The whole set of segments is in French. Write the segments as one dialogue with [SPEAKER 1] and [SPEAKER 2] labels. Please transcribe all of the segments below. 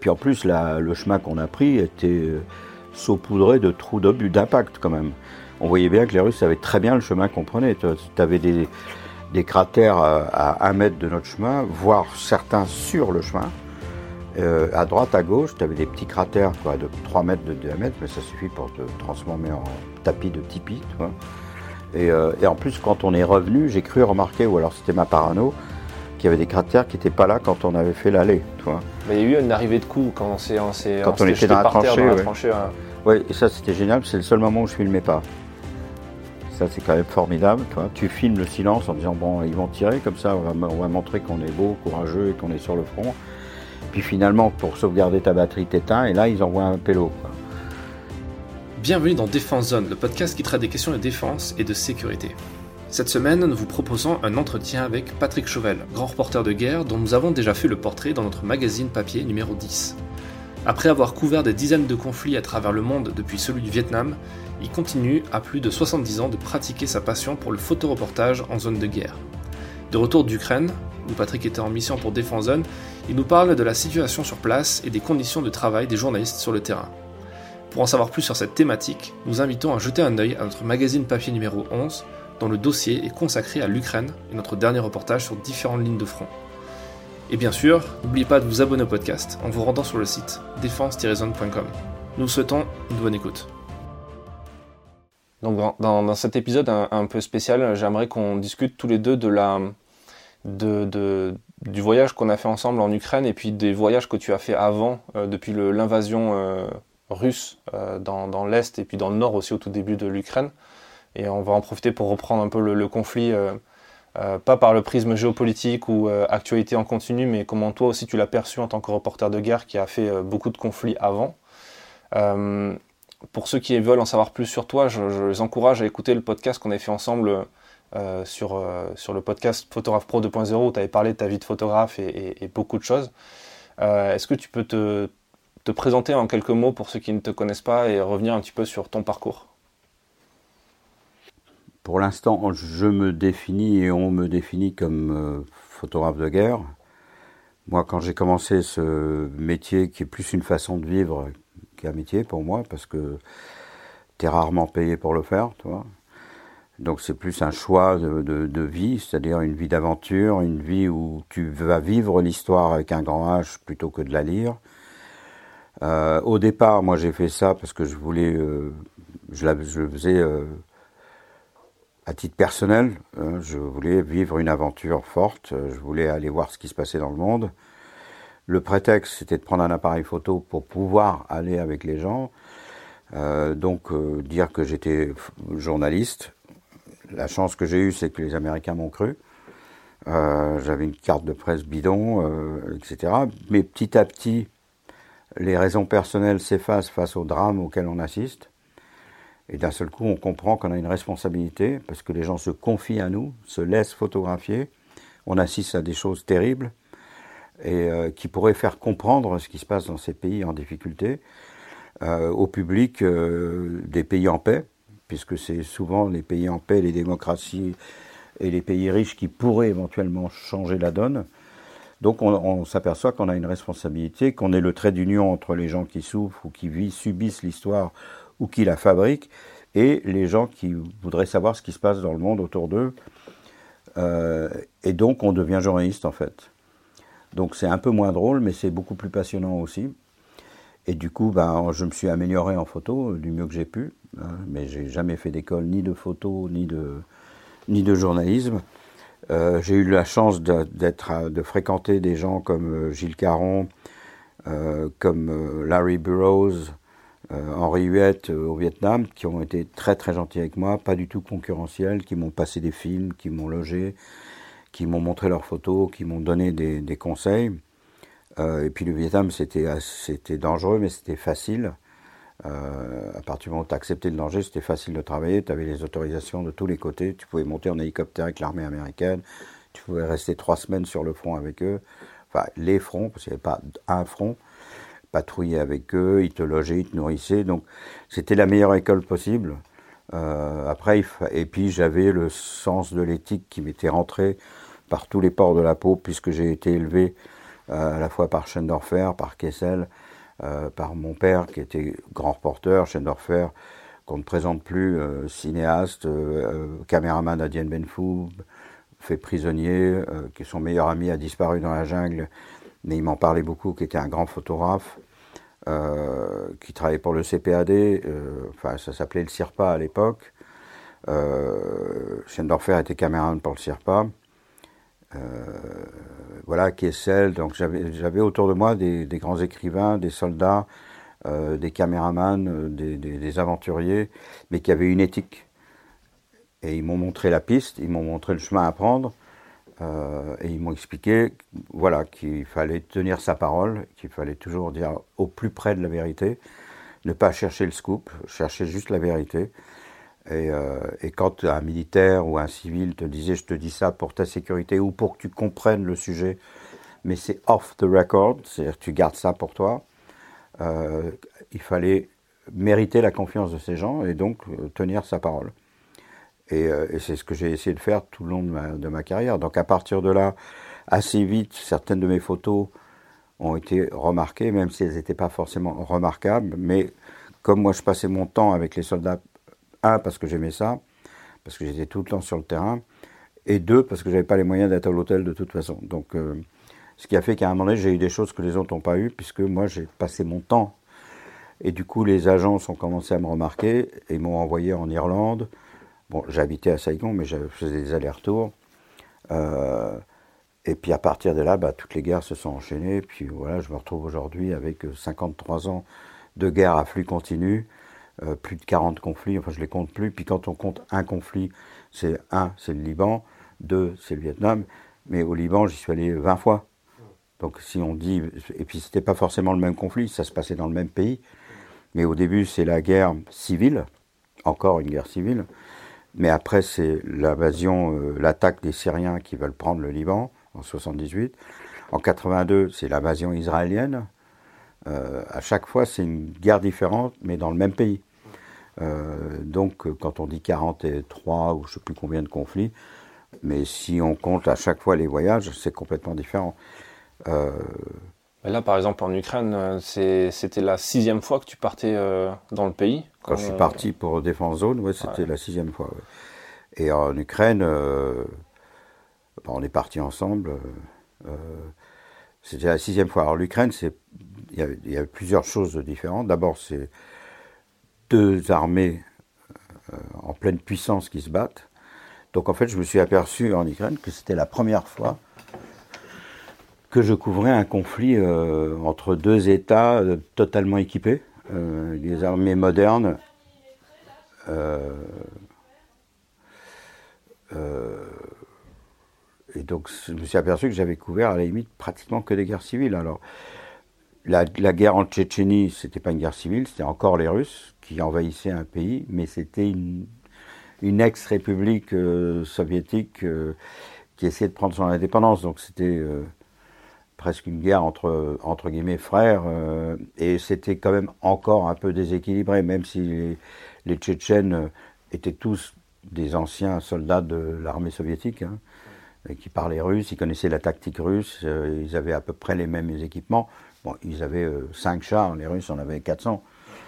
[SPEAKER 1] puis en plus, le chemin qu'on a pris était saupoudré de trous d'obus d'impact quand même. On voyait bien que les Russes savaient très bien le chemin qu'on prenait. Tu avais des cratères à 1 mètre de notre chemin, voire certains sur le chemin. À droite, à gauche, tu avais des petits cratères de 3 mètres de diamètre, mais ça suffit pour te transformer en tapis de tipi. Tu vois. Et en plus, quand on est revenu, j'ai cru remarquer, ou alors c'était ma parano, qu'il y avait des cratères qui n'étaient pas là quand on avait fait l'allée. Tu vois.
[SPEAKER 2] Mais il y a eu une arrivée de coups quand on
[SPEAKER 1] était dans la tranchée. Oui, et ça c'était génial, c'est le seul moment où je filmais pas. Ça c'est quand même formidable, tu filmes le silence en disant bon ils vont tirer, comme ça on va montrer qu'on est beau, courageux et qu'on est sur le front. Puis finalement pour sauvegarder ta batterie t'éteins et là ils envoient un pélo.
[SPEAKER 3] Bienvenue dans Défense Zone, le podcast qui traite des questions de défense et de sécurité. Cette semaine, nous vous proposons un entretien avec Patrick Chauvel, grand reporter de guerre dont nous avons déjà fait le portrait dans notre magazine papier numéro 10. Après avoir couvert des dizaines de conflits à travers le monde depuis celui du Vietnam, il continue, à plus de 70 ans, de pratiquer sa passion pour le photoreportage en zone de guerre. De retour d'Ukraine, où Patrick était en mission pour Défense Zone, il nous parle de la situation sur place et des conditions de travail des journalistes sur le terrain. Pour en savoir plus sur cette thématique, nous invitons à jeter un œil à notre magazine papier numéro 11, dont le dossier est consacré à l'Ukraine et notre dernier reportage sur différentes lignes de front. Et bien sûr, n'oubliez pas de vous abonner au podcast en vous rendant sur le site défense-zone.com. Nous vous souhaitons une bonne écoute. Donc dans cet épisode un peu spécial, j'aimerais qu'on discute tous les deux du voyage qu'on a fait ensemble en Ukraine et puis des voyages que tu as fait avant, depuis l'invasion russe dans l'Est et puis dans le Nord aussi au tout début de l'Ukraine. Et on va en profiter pour reprendre un peu le conflit, pas par le prisme géopolitique ou actualité en continu, mais comment toi aussi tu l'as perçu en tant que reporter de guerre qui a fait beaucoup de conflits avant. Pour ceux qui veulent en savoir plus sur toi, je les encourage à écouter le podcast qu'on avait fait ensemble sur le podcast Photographe Pro 2.0 où tu avais parlé de ta vie de photographe et beaucoup de choses. Est-ce que tu peux te présenter en quelques mots pour ceux qui ne te connaissent pas et revenir un petit peu sur ton parcours ?
[SPEAKER 1] Pour l'instant, je me définis et on me définit comme photographe de guerre. Moi, quand j'ai commencé ce métier qui est plus une façon de vivre qu'un métier pour moi, parce que t'es rarement payé pour le faire, tu vois. Donc c'est plus un choix de vie, c'est-à-dire une vie d'aventure, une vie où tu vas vivre l'histoire avec un grand H plutôt que de la lire. Au départ, moi j'ai fait ça parce que je voulais, je le faisais à titre personnel, je voulais vivre une aventure forte, je voulais aller voir ce qui se passait dans le monde. Le prétexte, c'était de prendre un appareil photo pour pouvoir aller avec les gens. Donc, dire que j'étais journaliste. La chance que j'ai eue, c'est que les Américains m'ont cru. J'avais une carte de presse bidon, etc. Mais petit à petit, les raisons personnelles s'effacent face au drame auquel on assiste. Et d'un seul coup, on comprend qu'on a une responsabilité, parce que les gens se confient à nous, se laissent photographier. On assiste à des choses terribles. Et qui pourrait faire comprendre ce qui se passe dans ces pays en difficulté au public des pays en paix, puisque c'est souvent les pays en paix, les démocraties et les pays riches qui pourraient éventuellement changer la donne. Donc on s'aperçoit qu'on a une responsabilité, qu'on est le trait d'union entre les gens qui souffrent ou qui subissent l'histoire ou qui la fabriquent et les gens qui voudraient savoir ce qui se passe dans le monde autour d'eux. Et donc on devient journaliste en fait. Donc c'est un peu moins drôle, mais c'est beaucoup plus passionnant aussi. Et du coup, je me suis amélioré en photo du mieux que j'ai pu. Mais j'ai jamais fait d'école ni de photo, ni de journalisme. J'ai eu la chance de fréquenter des gens comme Gilles Caron, comme Larry Burroughs, Henri Huette au Vietnam, qui ont été très très gentils avec moi, pas du tout concurrentiels, qui m'ont passé des films, qui m'ont logé, qui m'ont montré leurs photos, qui m'ont donné des conseils. Et puis le Vietnam, c'était dangereux, mais c'était facile. À partir du moment où tu acceptais le danger, c'était facile de travailler. Tu avais les autorisations de tous les côtés. Tu pouvais monter en hélicoptère avec l'armée américaine. Tu pouvais rester 3 semaines sur le front avec eux. Enfin, les fronts, parce qu'il n'y avait pas un front. Patrouiller avec eux, ils te logeaient, ils te nourrissaient. Donc, c'était la meilleure école possible. Et puis j'avais le sens de l'éthique qui m'était rentré par tous les pores de la peau, puisque j'ai été élevé à la fois par Schendorfer, par Kessel, par mon père qui était grand reporter, Schendorfer qu'on ne présente plus, cinéaste, caméraman à Dien Bien Phu, fait prisonnier, que son meilleur ami a disparu dans la jungle, mais il m'en parlait beaucoup, qui était un grand photographe, qui travaillait pour le CPAD, enfin ça s'appelait le CIRPA à l'époque. Schendorfer était caméraman pour le CIRPA. Voilà, Kessel, donc j'avais autour de moi des grands écrivains, des soldats, des caméramans, des aventuriers, mais qui avaient une éthique. Et ils m'ont montré la piste, ils m'ont montré le chemin à prendre, et ils m'ont expliqué, voilà, qu'il fallait tenir sa parole, qu'il fallait toujours dire au plus près de la vérité, ne pas chercher le scoop, chercher juste la vérité. Et quand un militaire ou un civil te disait « je te dis ça pour ta sécurité ou pour que tu comprennes le sujet, mais c'est off the record », c'est-à-dire que tu gardes ça pour toi, il fallait mériter la confiance de ces gens et donc tenir sa parole. Et c'est ce que j'ai essayé de faire tout le long de ma carrière. Donc à partir de là, assez vite, certaines de mes photos ont été remarquées, même si elles n'étaient pas forcément remarquables, mais comme moi je passais mon temps avec les soldats, un, parce que j'aimais ça, parce que j'étais tout le temps sur le terrain, et deux, parce que j'avais pas les moyens d'être à l'hôtel de toute façon. Donc, ce qui a fait qu'à un moment donné, j'ai eu des choses que les autres n'ont pas eues, puisque moi, j'ai passé mon temps. Et du coup, les agences ont commencé à me remarquer, et m'ont envoyé en Irlande. Bon, j'habitais à Saigon, mais je faisais des allers-retours. Et puis à partir de là, toutes les guerres se sont enchaînées. Puis voilà, je me retrouve aujourd'hui avec 53 ans de guerre à flux continu. Plus de 40 conflits, enfin je les compte plus. Puis quand on compte un conflit, c'est le Liban, 2, c'est le Vietnam. Mais au Liban, j'y suis allé 20 fois. Donc si on dit, et puis c'était pas forcément le même conflit, ça se passait dans le même pays. Mais au début, c'est la guerre civile, encore une guerre civile. Mais après, c'est l'invasion, l'attaque des Syriens qui veulent prendre le Liban en 78. En 82, c'est l'invasion israélienne. À chaque fois, c'est une guerre différente, mais dans le même pays. Donc, quand on dit 43 ou je ne sais plus combien de conflits, mais si on compte à chaque fois les voyages, c'est complètement différent.
[SPEAKER 2] Là, par exemple, en Ukraine, c'était la 6e fois que tu partais dans le pays.
[SPEAKER 1] Quand je suis parti pour Défense Zone, ouais, c'était la 6e fois. Ouais. Et en Ukraine, on est partis ensemble. C'était la 6e fois. Alors l'Ukraine, il y a plusieurs choses différentes. D'abord, c'est deux armées en pleine puissance qui se battent. Donc en fait, je me suis aperçu en Ukraine que c'était la première fois que je couvrais un conflit entre deux États totalement équipés, des armées modernes. Et donc je me suis aperçu que j'avais couvert à la limite pratiquement que des guerres civiles. Alors la guerre en Tchétchénie, c'était pas une guerre civile, c'était encore les Russes qui envahissaient un pays, mais c'était une ex-république soviétique qui essayait de prendre son indépendance. Donc c'était presque une guerre entre guillemets frères, et c'était quand même encore un peu déséquilibré, même si les Tchétchènes étaient tous des anciens soldats de l'armée soviétique, hein, qui parlaient russe, ils connaissaient la tactique russe, ils avaient à peu près les mêmes équipements. Bon, ils avaient 5 chars, les Russes en avaient 400.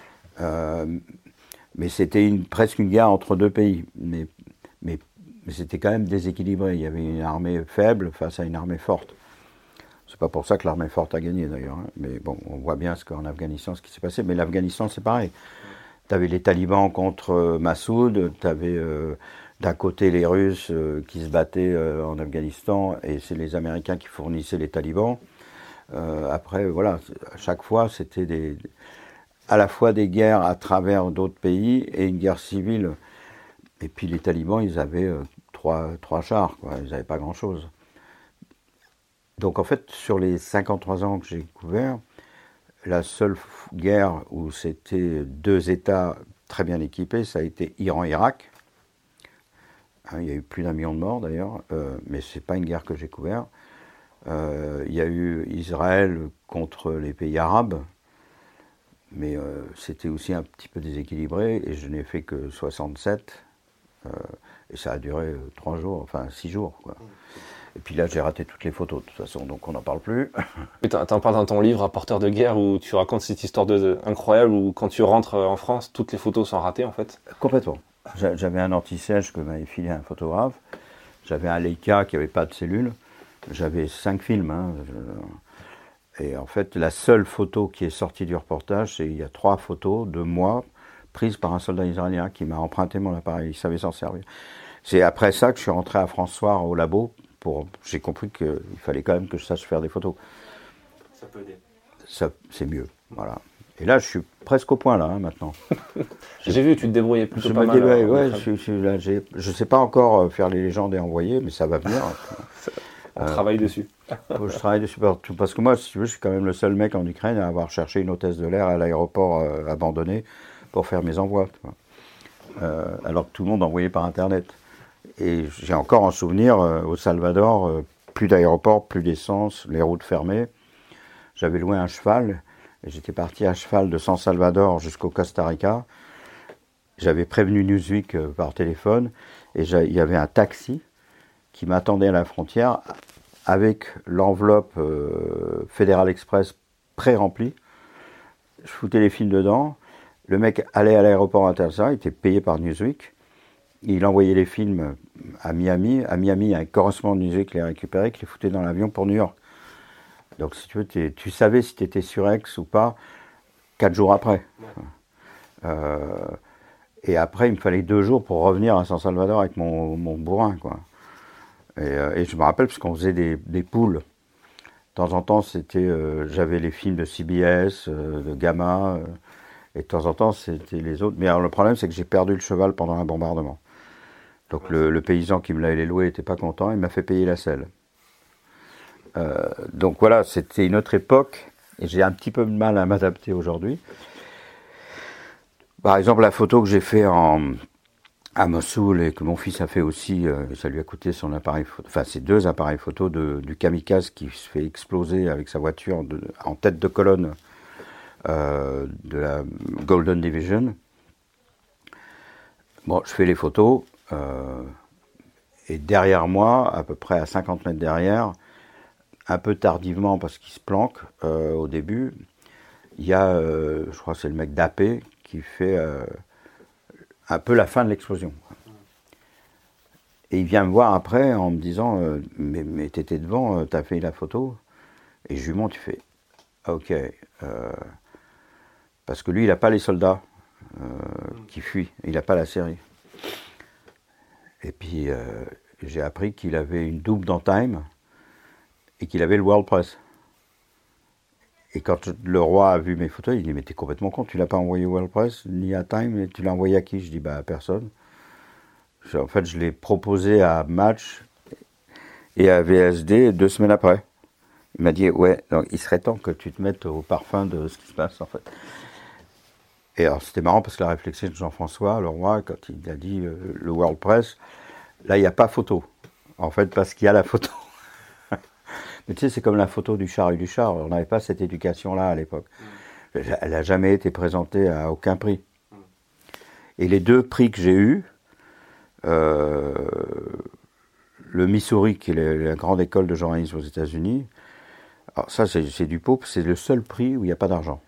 [SPEAKER 1] Mais c'était presque une guerre entre deux pays. Mais c'était quand même déséquilibré. Il y avait une armée faible face à une armée forte. C'est pas pour ça que l'armée forte a gagné d'ailleurs. Hein. Mais bon, on voit bien qu'en Afghanistan, ce qui s'est passé. Mais l'Afghanistan, c'est pareil. Tu avais les talibans contre Massoud, tu avais d'un côté les Russes qui se battaient en Afghanistan, et c'est les Américains qui fournissaient les talibans. Après, voilà, à chaque fois, c'était à la fois des guerres à travers d'autres pays et une guerre civile. Et puis les talibans, ils avaient trois chars, quoi. Ils n'avaient pas grand-chose. Donc en fait, sur les 53 ans que j'ai couvert, la seule guerre où c'était deux États très bien équipés, ça a été Iran-Irak. Hein, il y a eu plus d'1 million de morts d'ailleurs, mais c'est pas une guerre que j'ai couverte. Il y a eu Israël contre les pays arabes, mais c'était aussi un petit peu déséquilibré, et je n'ai fait que 67, et ça a duré 3 jours, enfin 6 jours, quoi. Et puis là, j'ai raté toutes les photos, de toute façon, donc on n'en parle plus.
[SPEAKER 2] Et t'en parles dans ton livre, Rapporteur de guerre, où tu racontes cette histoire incroyable, où quand tu rentres en France, toutes les photos sont ratées, en fait.
[SPEAKER 1] Complètement. J'avais un anti-sèche que m'avait filé un photographe. J'avais un Leica qui n'avait pas de cellule. J'avais 5 films. Et en fait, la seule photo qui est sortie du reportage, c'est il y a 3 photos de moi prises par un soldat israélien qui m'a emprunté mon appareil. Il savait s'en servir. C'est après ça que je suis rentré à François au labo. J'ai compris qu'il fallait quand même que je sache faire des photos.
[SPEAKER 3] Ça peut aider.
[SPEAKER 1] C'est mieux, voilà. Et là, je suis presque au point, là, maintenant.
[SPEAKER 2] J'ai vu, tu te débrouillais plutôt pas mal.
[SPEAKER 1] Je sais pas encore faire les légendes et envoyer, mais ça va venir.
[SPEAKER 2] On travaille dessus.
[SPEAKER 1] Je travaille dessus partout. Parce que moi, si tu veux, je suis quand même le seul mec en Ukraine à avoir cherché une hôtesse de l'air à l'aéroport abandonné pour faire mes envois. Alors que tout le monde envoyait par Internet. Et j'ai encore en souvenir, au Salvador, plus d'aéroport, plus d'essence, les routes fermées. J'avais loué un cheval, et j'étais parti à cheval de San Salvador jusqu'au Costa Rica. J'avais prévenu Newsweek par téléphone, et il y avait un taxi qui m'attendait à la frontière avec l'enveloppe Fédéral Express pré-remplie. Je foutais les films dedans. Le mec allait à l'aéroport international, il était payé par Newsweek. Il envoyait les films à Miami. À Miami, un correspondant de Newsweek les récupérait, qui les foutait dans l'avion pour New York. Donc, si tu veux, tu savais si tu étais sur Aix ou pas 4 jours après. Ouais. Et après, il me fallait 2 jours pour revenir à San Salvador avec mon bourrin, quoi. Et je me rappelle, parce qu'on faisait des poules. De temps en temps, j'avais les films de CBS, de Gamma, et de temps en temps, c'était les autres. Mais alors, le problème, c'est que j'ai perdu le cheval pendant un bombardement. Donc le paysan qui me l'avait loué n'était pas content, il m'a fait payer la selle. Donc voilà, c'était une autre époque, et j'ai un petit peu de mal à m'adapter aujourd'hui. Par exemple, la photo que j'ai fait à Mossoul, et que mon fils a fait aussi, ça lui a coûté son appareil photo, enfin c'est 2 appareils photo du kamikaze qui se fait exploser avec sa voiture en tête de colonne de la Golden Division. Bon, je fais les photos, et derrière moi, à peu près à 50 mètres derrière, un peu tardivement parce qu'il se planque au début, il y a, je crois que c'est le mec d'AP qui fait un peu la fin de l'explosion. Et il vient me voir après en me disant mais t'étais devant, t'as fait la photo. Et je lui montre, il fait ok. Parce que lui, il n'a pas les soldats qui fuient, il n'a pas la série. Et puis j'ai appris qu'il avait une double dans Time et qu'il avait le World Press. Et quand le roi a vu mes photos, il dit mais t'es complètement con, tu l'as pas envoyé au World Press ni à Time, et tu l'as envoyé à qui? Je dis bah à personne. En fait, je l'ai proposé à Match et à VSD 2 semaines après. Il m'a dit ouais, donc il serait temps que tu te mettes au parfum de ce qui se passe en fait. Et alors c'était marrant parce que la réflexion de Jean-François, le roi, quand il a dit le World Press, là il n'y a pas photo. En fait, parce qu'il y a la photo. Mais tu sais, c'est comme la photo du char et du char. On n'avait pas cette éducation-là à l'époque. Elle n'a jamais été présentée à aucun prix. Et les 2 prix que j'ai eus, le Missouri, qui est la grande école de journalisme aux États-Unis, alors ça c'est du pop, c'est le seul prix où il n'y a pas d'argent.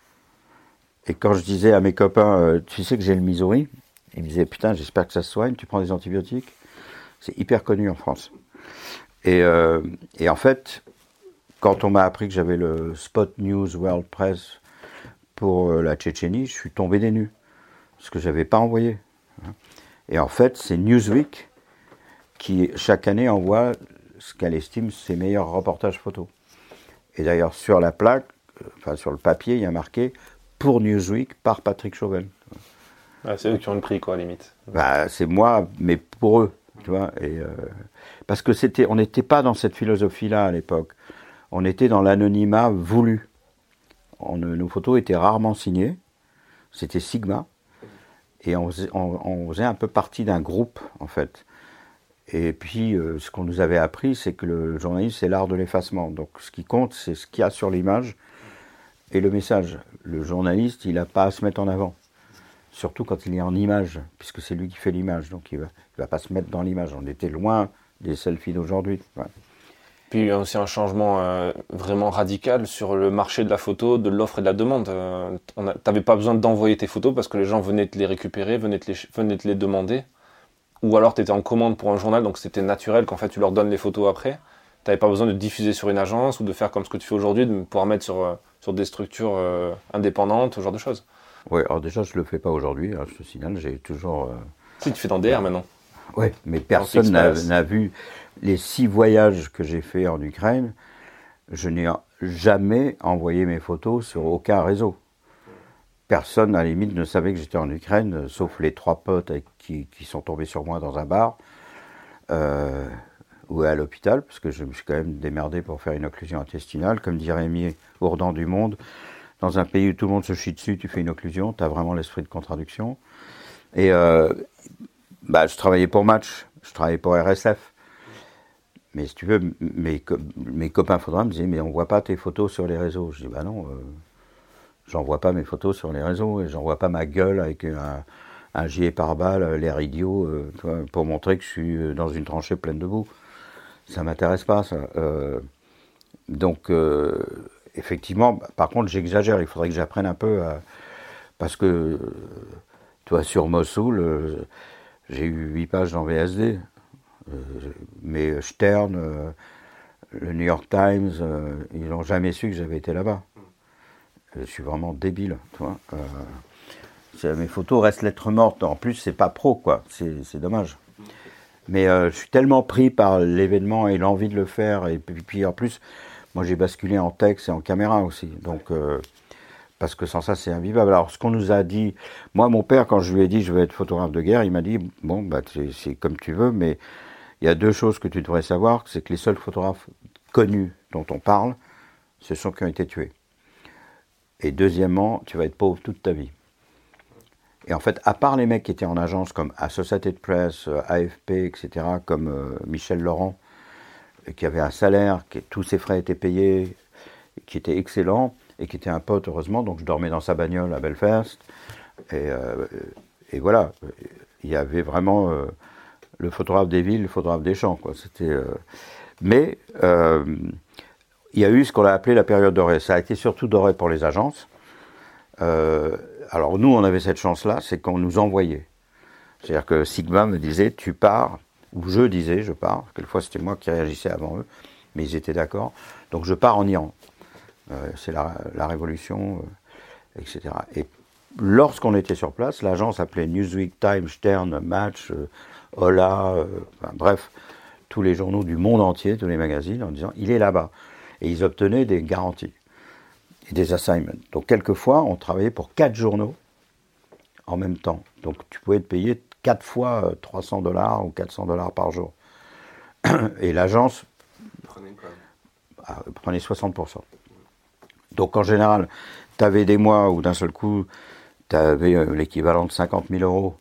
[SPEAKER 1] Et quand je disais à mes copains, tu sais que j'ai le Missouri, ils me disaient putain, j'espère que ça se soigne, tu prends des antibiotiques. C'est hyper connu en France. Et en fait, quand on m'a appris que j'avais le Spot News World Press pour la Tchétchénie, je suis tombé des nues, parce que je n'avais pas envoyé. Et en fait, c'est Newsweek qui, chaque année, envoie ce qu'elle estime ses meilleurs reportages photos. Et d'ailleurs, sur la plaque, enfin sur le papier, il y a marqué « Pour Newsweek, par Patrick Chauvel ».
[SPEAKER 2] Ah, c'est eux qui ont le prix, quoi, à la limite.
[SPEAKER 1] Bah, c'est moi, mais pour eux. Tu vois, parce que on n'était pas dans cette philosophie-là à l'époque. On était dans l'anonymat voulu. Nos photos étaient rarement signées. C'était Sigma. Et on faisait un peu partie d'un groupe, en fait. Et puis, ce qu'on nous avait appris, c'est que le journalisme, c'est l'art de l'effacement. Donc, ce qui compte, c'est ce qu'il y a sur l'image et le message. Le journaliste, il n'a pas à se mettre en avant. Surtout quand il est en image, puisque c'est lui qui fait l'image. Donc, il va pas se mettre dans l'image. On était loin des selfies d'aujourd'hui. Ouais.
[SPEAKER 2] Puis il y a aussi un changement vraiment radical sur le marché de la photo, de l'offre et de la demande. T'avais pas besoin d'envoyer tes photos parce que les gens venaient te les récupérer, venaient te les demander. Ou alors tu étais en commande pour un journal, donc c'était naturel qu'en fait tu leur donnes les photos après. T'avais pas besoin de diffuser sur une agence ou de faire comme ce que tu fais aujourd'hui, de pouvoir mettre sur des structures indépendantes, ce genre de choses.
[SPEAKER 1] Oui, alors déjà je le fais pas aujourd'hui, hein, je te signale, j'ai toujours...
[SPEAKER 2] Si, tu fais dans DR maintenant.
[SPEAKER 1] Oui, mais personne n'a vu les 6 voyages que j'ai faits en Ukraine. Je n'ai jamais envoyé mes photos sur aucun réseau. Personne, à la limite, ne savait que j'étais en Ukraine, sauf les 3 potes qui sont tombés sur moi dans un bar ou à l'hôpital, parce que je me suis quand même démerdé pour faire une occlusion intestinale. Comme dit Rémi Ourdan du Monde, dans un pays où tout le monde se chie dessus, tu fais une occlusion, tu as vraiment l'esprit de contradiction. Et je travaillais pour Match, je travaillais pour RSF. Mais si tu veux, mes copains photographes me disaient, mais on voit pas tes photos sur les réseaux. Je dis, bah non, j'envoie pas mes photos sur les réseaux, et j'envoie pas ma gueule avec un gilet pare-balles, l'air idiot, pour montrer que je suis dans une tranchée pleine de boue. Ça m'intéresse pas, ça. Donc, effectivement, par contre, j'exagère, il faudrait que j'apprenne un peu parce que, toi, sur Mossoul, j'ai eu 8 pages dans VSD. Mais Stern, le New York Times, ils n'ont jamais su que j'avais été là-bas. Je suis vraiment débile, tu vois. Mes photos restent lettres mortes. En plus, c'est pas pro, quoi. C'est dommage. Mais je suis tellement pris par l'événement et l'envie de le faire. Et puis en plus, moi, j'ai basculé en texte et en caméra aussi. Donc, parce que sans ça, c'est invivable. Alors, ce qu'on nous a dit... Moi, mon père, quand je lui ai dit je veux être photographe de guerre, il m'a dit, bon, bah, c'est comme tu veux, mais... Il y a 2 choses que tu devrais savoir, c'est que les seuls photographes connus dont on parle, ce sont ceux qui ont été tués. Et deuxièmement, tu vas être pauvre toute ta vie. Et en fait, à part les mecs qui étaient en agence comme Associated Press, AFP, etc., comme Michel Laurent, qui avait un salaire, tous ses frais étaient payés, qui était excellent, et qui était un pote, heureusement, donc je dormais dans sa bagnole à Belfast. Et voilà, il y avait vraiment... le photographe des villes, le photographe des champs, quoi. C'était, mais il y a eu ce qu'on a appelé la période dorée. Ça a été surtout doré pour les agences. Alors nous, on avait cette chance-là, c'est qu'on nous envoyait. C'est-à-dire que Sigma me disait, tu pars, ou je disais, je pars. Quelquefois, c'était moi qui réagissais avant eux, mais ils étaient d'accord. Donc je pars en Iran. C'est la révolution, etc. Et lorsqu'on était sur place, l'agence appelait Newsweek, Time, Stern, Match... Hola, bref, tous les journaux du monde entier, tous les magazines, en disant il est là-bas. Et ils obtenaient des garanties et des assignments. Donc quelquefois, on travaillait pour 4 journaux en même temps. Donc tu pouvais te payer 4 fois $300 ou $400 par jour. Et l'agence prenait 60%. Donc en général, tu avais des mois où d'un seul coup, tu avais l'équivalent de 50 000 euros.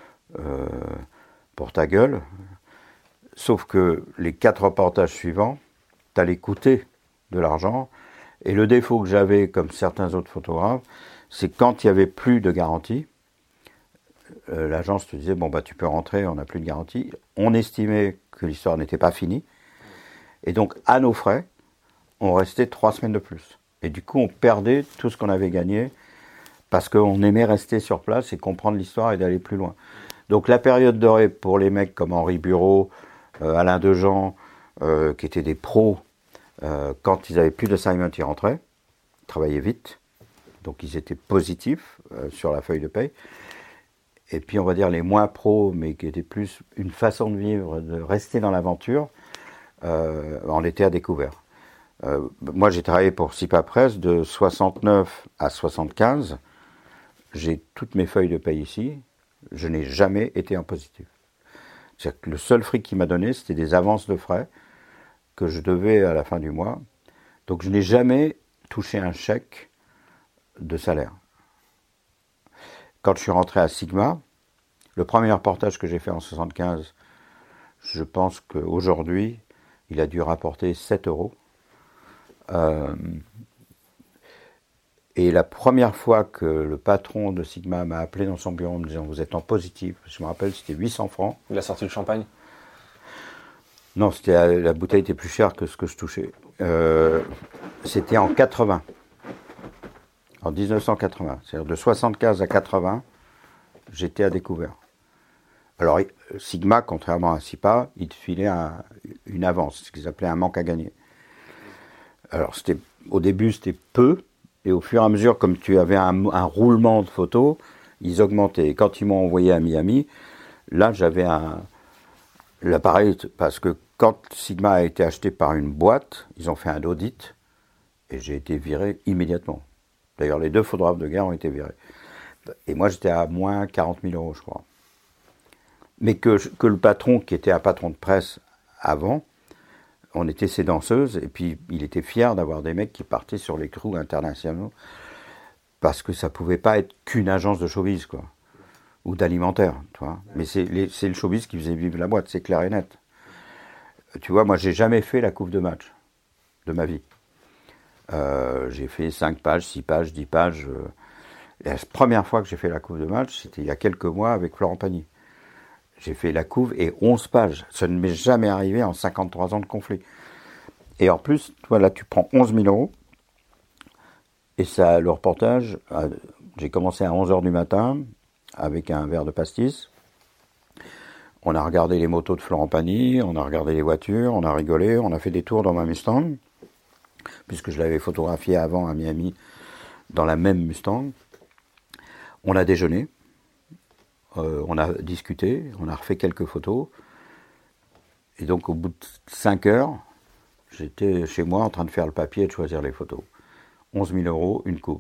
[SPEAKER 1] Pour ta gueule, sauf que les 4 reportages suivants, tu allais coûter de l'argent, et le défaut que j'avais, comme certains autres photographes, c'est quand il n'y avait plus de garantie, l'agence te disait, bon bah tu peux rentrer, on n'a plus de garantie, on estimait que l'histoire n'était pas finie, et donc à nos frais, on restait 3 semaines de plus. Et du coup, on perdait tout ce qu'on avait gagné, parce qu'on aimait rester sur place et comprendre l'histoire et d'aller plus loin. Donc la période dorée pour les mecs comme Henri Bureau, Alain Dejean, qui étaient des pros, quand ils n'avaient plus d'assignment, ils rentraient, ils travaillaient vite, donc ils étaient positifs sur la feuille de paye. Et puis on va dire les moins pros, mais qui étaient plus une façon de vivre, de rester dans l'aventure, on était à découvert. Moi j'ai travaillé pour SIPA Press de 69 à 75, j'ai toutes mes feuilles de paye ici. Je n'ai jamais été en positif. C'est-à-dire que le seul fric qu'il m'a donné, c'était des avances de frais que je devais à la fin du mois. Donc je n'ai jamais touché un chèque de salaire. Quand je suis rentré à Sigma, le premier reportage que j'ai fait en 75, je pense qu'aujourd'hui, il a dû rapporter 7 euros. Et la première fois que le patron de Sigma m'a appelé dans son bureau en me disant « Vous êtes en positif », je me rappelle, c'était 800 francs.
[SPEAKER 2] Il a sorti le champagne?
[SPEAKER 1] Non, la bouteille était plus chère que ce que je touchais. C'était en 80. En 1980. C'est-à-dire de 75 à 80, j'étais à découvert. Alors, Sigma, contrairement à SIPA, il te filait une avance, ce qu'ils appelaient un manque à gagner. Alors, au début, c'était peu, et au fur et à mesure, comme tu avais un roulement de photos, ils augmentaient. Et quand ils m'ont envoyé à Miami, là, j'avais l'appareil, parce que quand Sigma a été acheté par une boîte, ils ont fait un audit, et j'ai été viré immédiatement. D'ailleurs, les 2 photographes de guerre ont été virés. Et moi, j'étais à moins 40 000 euros, je crois. Mais que le patron, qui était un patron de presse avant, on était ses danseuses, et puis il était fier d'avoir des mecs qui partaient sur les crews internationaux, parce que ça pouvait pas être qu'une agence de showbiz, quoi, ou d'alimentaire, tu vois. Mais c'est le showbiz qui faisait vivre la boîte, c'est clair et net. Tu vois, moi, j'ai jamais fait la couve de match de ma vie. J'ai fait 5 pages, 6 pages, 10 pages. La première fois que j'ai fait la couve de match, c'était il y a quelques mois avec Florent Pagny. J'ai fait la couve et 11 pages. Ça ne m'est jamais arrivé en 53 ans de conflit. Et en plus, toi, là, tu prends 11 000 euros. Et ça, le reportage, j'ai commencé à 11h du matin avec un verre de pastis. On a regardé les motos de Florent Pagny, on a regardé les voitures, on a rigolé, on a fait des tours dans ma Mustang, puisque je l'avais photographié avant à Miami dans la même Mustang. On a déjeuné. On a discuté, on a refait quelques photos. Et donc, au bout de 5 heures, j'étais chez moi en train de faire le papier et de choisir les photos. 11 000 euros, une coupe.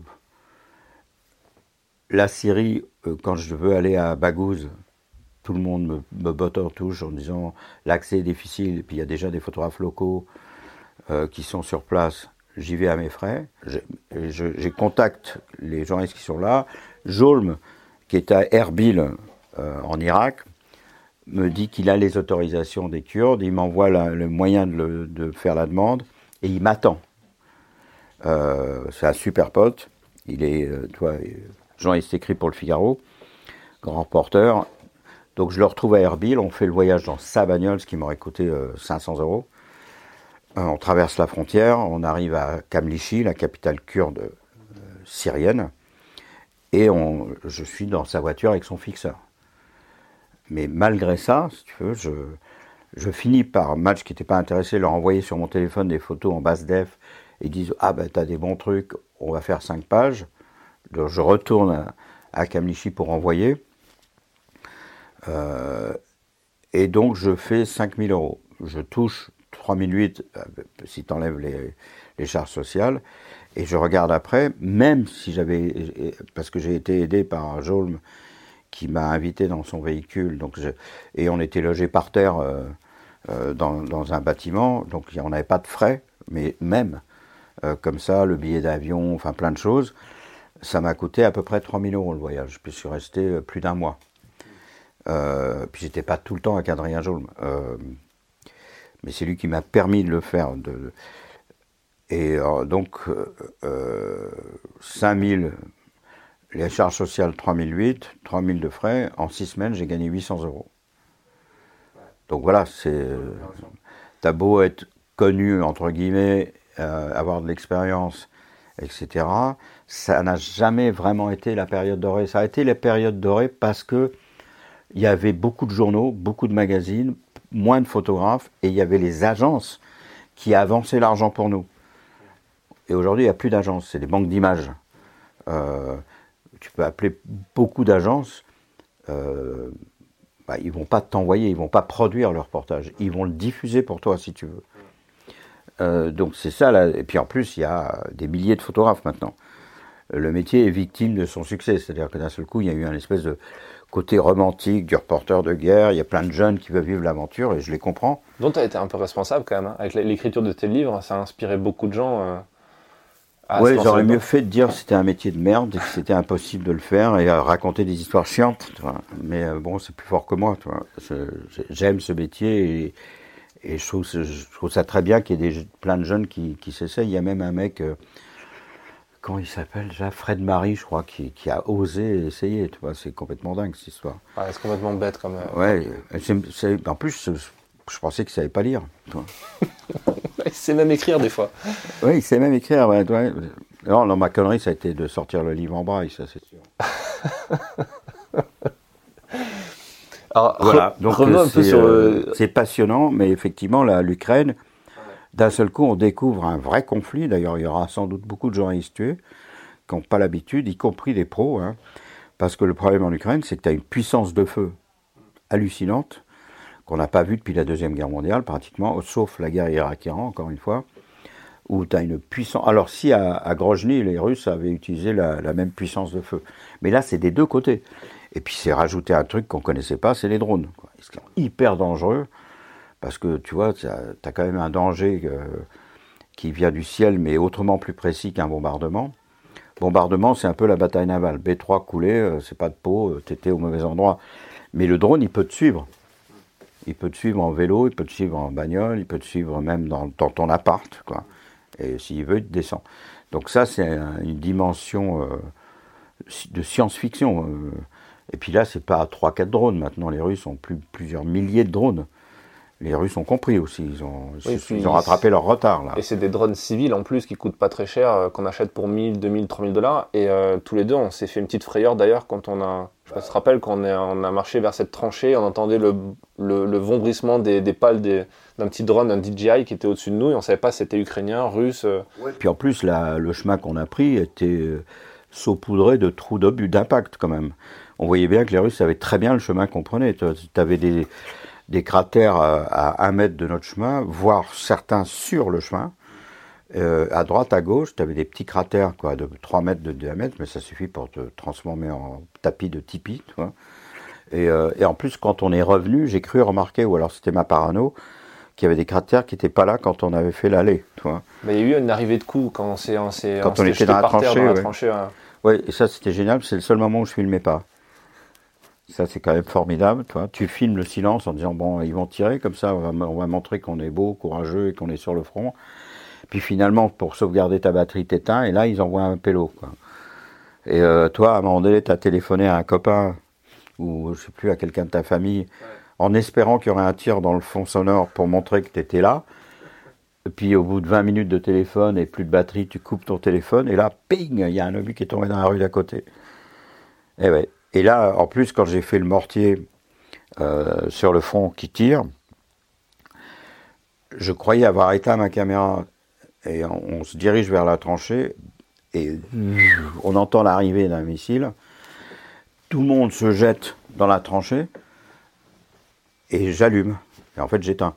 [SPEAKER 1] La Syrie, quand je veux aller à Baghouz, tout le monde me botte en touche en disant l'accès est difficile, et puis il y a déjà des photographes locaux qui sont sur place. J'y vais à mes frais. J'ai contacte les journalistes qui sont là. Jolm, qui est à Erbil, en Irak, me dit qu'il a les autorisations des Kurdes, il m'envoie le moyen de faire la demande, et il m'attend. C'est un super pote, il est, journaliste écrit pour le Figaro, grand reporter, donc je le retrouve à Erbil, on fait le voyage dans sa bagnole, ce qui m'aurait coûté 500 euros. On traverse la frontière, on arrive à Kamlichi, la capitale kurde syrienne, et je suis dans sa voiture avec son fixeur. Mais malgré ça, si tu veux, je finis par, match qui n'était pas intéressé, leur envoyer sur mon téléphone des photos en basse def, et ils disent « Ah ben t'as des bons trucs, on va faire 5 pages ». Donc je retourne à Kamlichi pour envoyer. Et donc je fais 5 000 euros. Je touche 3 008 si tu enlèves les charges sociales. Et je regarde après, même si parce que j'ai été aidé par Jolm, qui m'a invité dans son véhicule, et on était logé par terre dans un bâtiment, donc on n'avait pas de frais, mais même comme ça, le billet d'avion, enfin plein de choses, ça m'a coûté à peu près 3 000 euros le voyage, puis je suis resté plus d'1 mois. Puis j'étais pas tout le temps avec Adrien Jolm, mais c'est lui qui m'a permis de le faire. Et donc 5 000, les charges sociales 3 008, 3 000 de frais, en 6 semaines j'ai gagné 800 euros. Donc voilà, t'as beau être connu, entre guillemets, avoir de l'expérience, etc., ça n'a jamais vraiment été la période dorée. Ça a été la période dorée parce que il y avait beaucoup de journaux, beaucoup de magazines, moins de photographes, et il y avait les agences qui avançaient l'argent pour nous. Et aujourd'hui, il n'y a plus d'agences, c'est des banques d'images. Tu peux appeler beaucoup d'agences, ils vont pas t'envoyer, ils vont pas produire le reportage, ils vont le diffuser pour toi si tu veux. Donc c'est ça, là. Et puis en plus, il y a des milliers de photographes maintenant. Le métier est victime de son succès, c'est-à-dire que d'un seul coup, il y a eu un espèce de côté romantique du reporter de guerre, il y a plein de jeunes qui veulent vivre l'aventure, et je les comprends.
[SPEAKER 2] Donc tu as été un peu responsable quand même, hein. Avec l'écriture de tes livres, ça a inspiré beaucoup de gens
[SPEAKER 1] Oui, j'aurais mieux fait de dire que c'était un métier de merde, et que c'était impossible de le faire, et raconter des histoires chiantes, tu vois. Mais bon, c'est plus fort que moi, tu vois. J'aime ce métier, et je trouve ça très bien qu'il y ait plein de jeunes qui s'essayent. Il y a même un mec... comment il s'appelle déjà, Fred Marie, je crois, qui a osé essayer, tu vois, c'est complètement dingue cette histoire.
[SPEAKER 2] Ouais, c'est complètement bête comme...
[SPEAKER 1] Ouais, en plus, Je pensais qu'il ne savait pas lire.
[SPEAKER 2] Il sait même écrire des fois.
[SPEAKER 1] Oui, il sait même écrire. Ouais. Non, ma connerie, ça a été de sortir le livre en braille, ça c'est sûr.
[SPEAKER 2] Alors,
[SPEAKER 1] voilà, donc
[SPEAKER 2] un peu sur
[SPEAKER 1] c'est passionnant, mais effectivement, l'Ukraine, d'un seul coup, on découvre un vrai conflit. D'ailleurs, il y aura sans doute beaucoup de journalistes tués qui n'ont pas l'habitude, y compris des pros, hein, parce que le problème en Ukraine, c'est que tu as une puissance de feu hallucinante qu'on n'a pas vue depuis la Deuxième Guerre mondiale, pratiquement, sauf la guerre Irak-Iran, encore une fois, où tu as une puissance... Alors, si à Grozny, les Russes avaient utilisé la même puissance de feu. Mais là, c'est des deux côtés. Et puis, c'est rajouter un truc qu'on ne connaissait pas, c'est les drones. Ils sont hyper dangereux, parce que, tu vois, tu as quand même un danger qui vient du ciel, mais autrement plus précis qu'un bombardement. Bombardement, c'est un peu la bataille navale. B3 coulé, c'est pas de peau, t'étais au mauvais endroit. Mais le drone, il peut te suivre. Il peut te suivre en vélo, il peut te suivre en bagnole, il peut te suivre même dans ton appart, quoi. Et s'il veut, il te descend. Donc ça, c'est une dimension de science-fiction. Et puis là, c'est pas 3-4 drones. Maintenant, les Russes ont plusieurs milliers de drones. Les Russes ont compris aussi, ils ont rattrapé leur retard là.
[SPEAKER 2] Et c'est des drones civils en plus qui coûtent pas très cher, qu'on achète pour 1000, 2000, 3000 $. Et tous les deux, on s'est fait une petite frayeur d'ailleurs quand on a, je sais pas si tu te rappelles, quand on a marché vers cette tranchée, on entendait le vombrissement des pales d'un petit drone, un DJI qui était au-dessus de nous et on savait pas si c'était ukrainien, russe.
[SPEAKER 1] Ouais. Puis en plus, le chemin qu'on a pris était saupoudré de trous d'obus d'impact quand même. On voyait bien que les Russes savaient très bien le chemin qu'on prenait. Tu avais des cratères à 1 mètre de notre chemin, voire certains sur le chemin. À droite, à gauche, tu avais des petits cratères quoi, de 3 mètres de diamètre, mais ça suffit pour te transformer en tapis de tipi. Tu vois. Et en plus, quand on est revenu, j'ai cru remarquer, ou alors c'était ma parano, qu'il y avait des cratères qui n'étaient pas là quand on avait fait l'allée. Tu vois.
[SPEAKER 2] Mais il y a eu une arrivée de coups quand on
[SPEAKER 1] était dans la tranchée. Ouais, et ça c'était génial, c'est le seul moment où je filmais pas. Ça, c'est quand même formidable, toi. Tu filmes le silence en disant, bon, ils vont tirer, comme ça, on va montrer qu'on est beau, courageux et qu'on est sur le front. Puis finalement, pour sauvegarder ta batterie, t'éteins, et là, ils envoient un pélo, quoi. Et toi, à un moment donné, t'as téléphoné à un copain, ou je sais plus, à quelqu'un de ta famille, en espérant qu'il y aurait un tir dans le fond sonore pour montrer que t'étais là. Et puis, au bout de 20 minutes de téléphone et plus de batterie, tu coupes ton téléphone, et là, ping, il y a un obus qui est tombé dans la rue d'à côté. Et ouais. Et là, en plus, quand j'ai fait le mortier sur le front qui tire, je croyais avoir éteint ma caméra et on se dirige vers la tranchée et on entend l'arrivée d'un missile. Tout le monde se jette dans la tranchée et j'allume. Et en fait, j'éteins.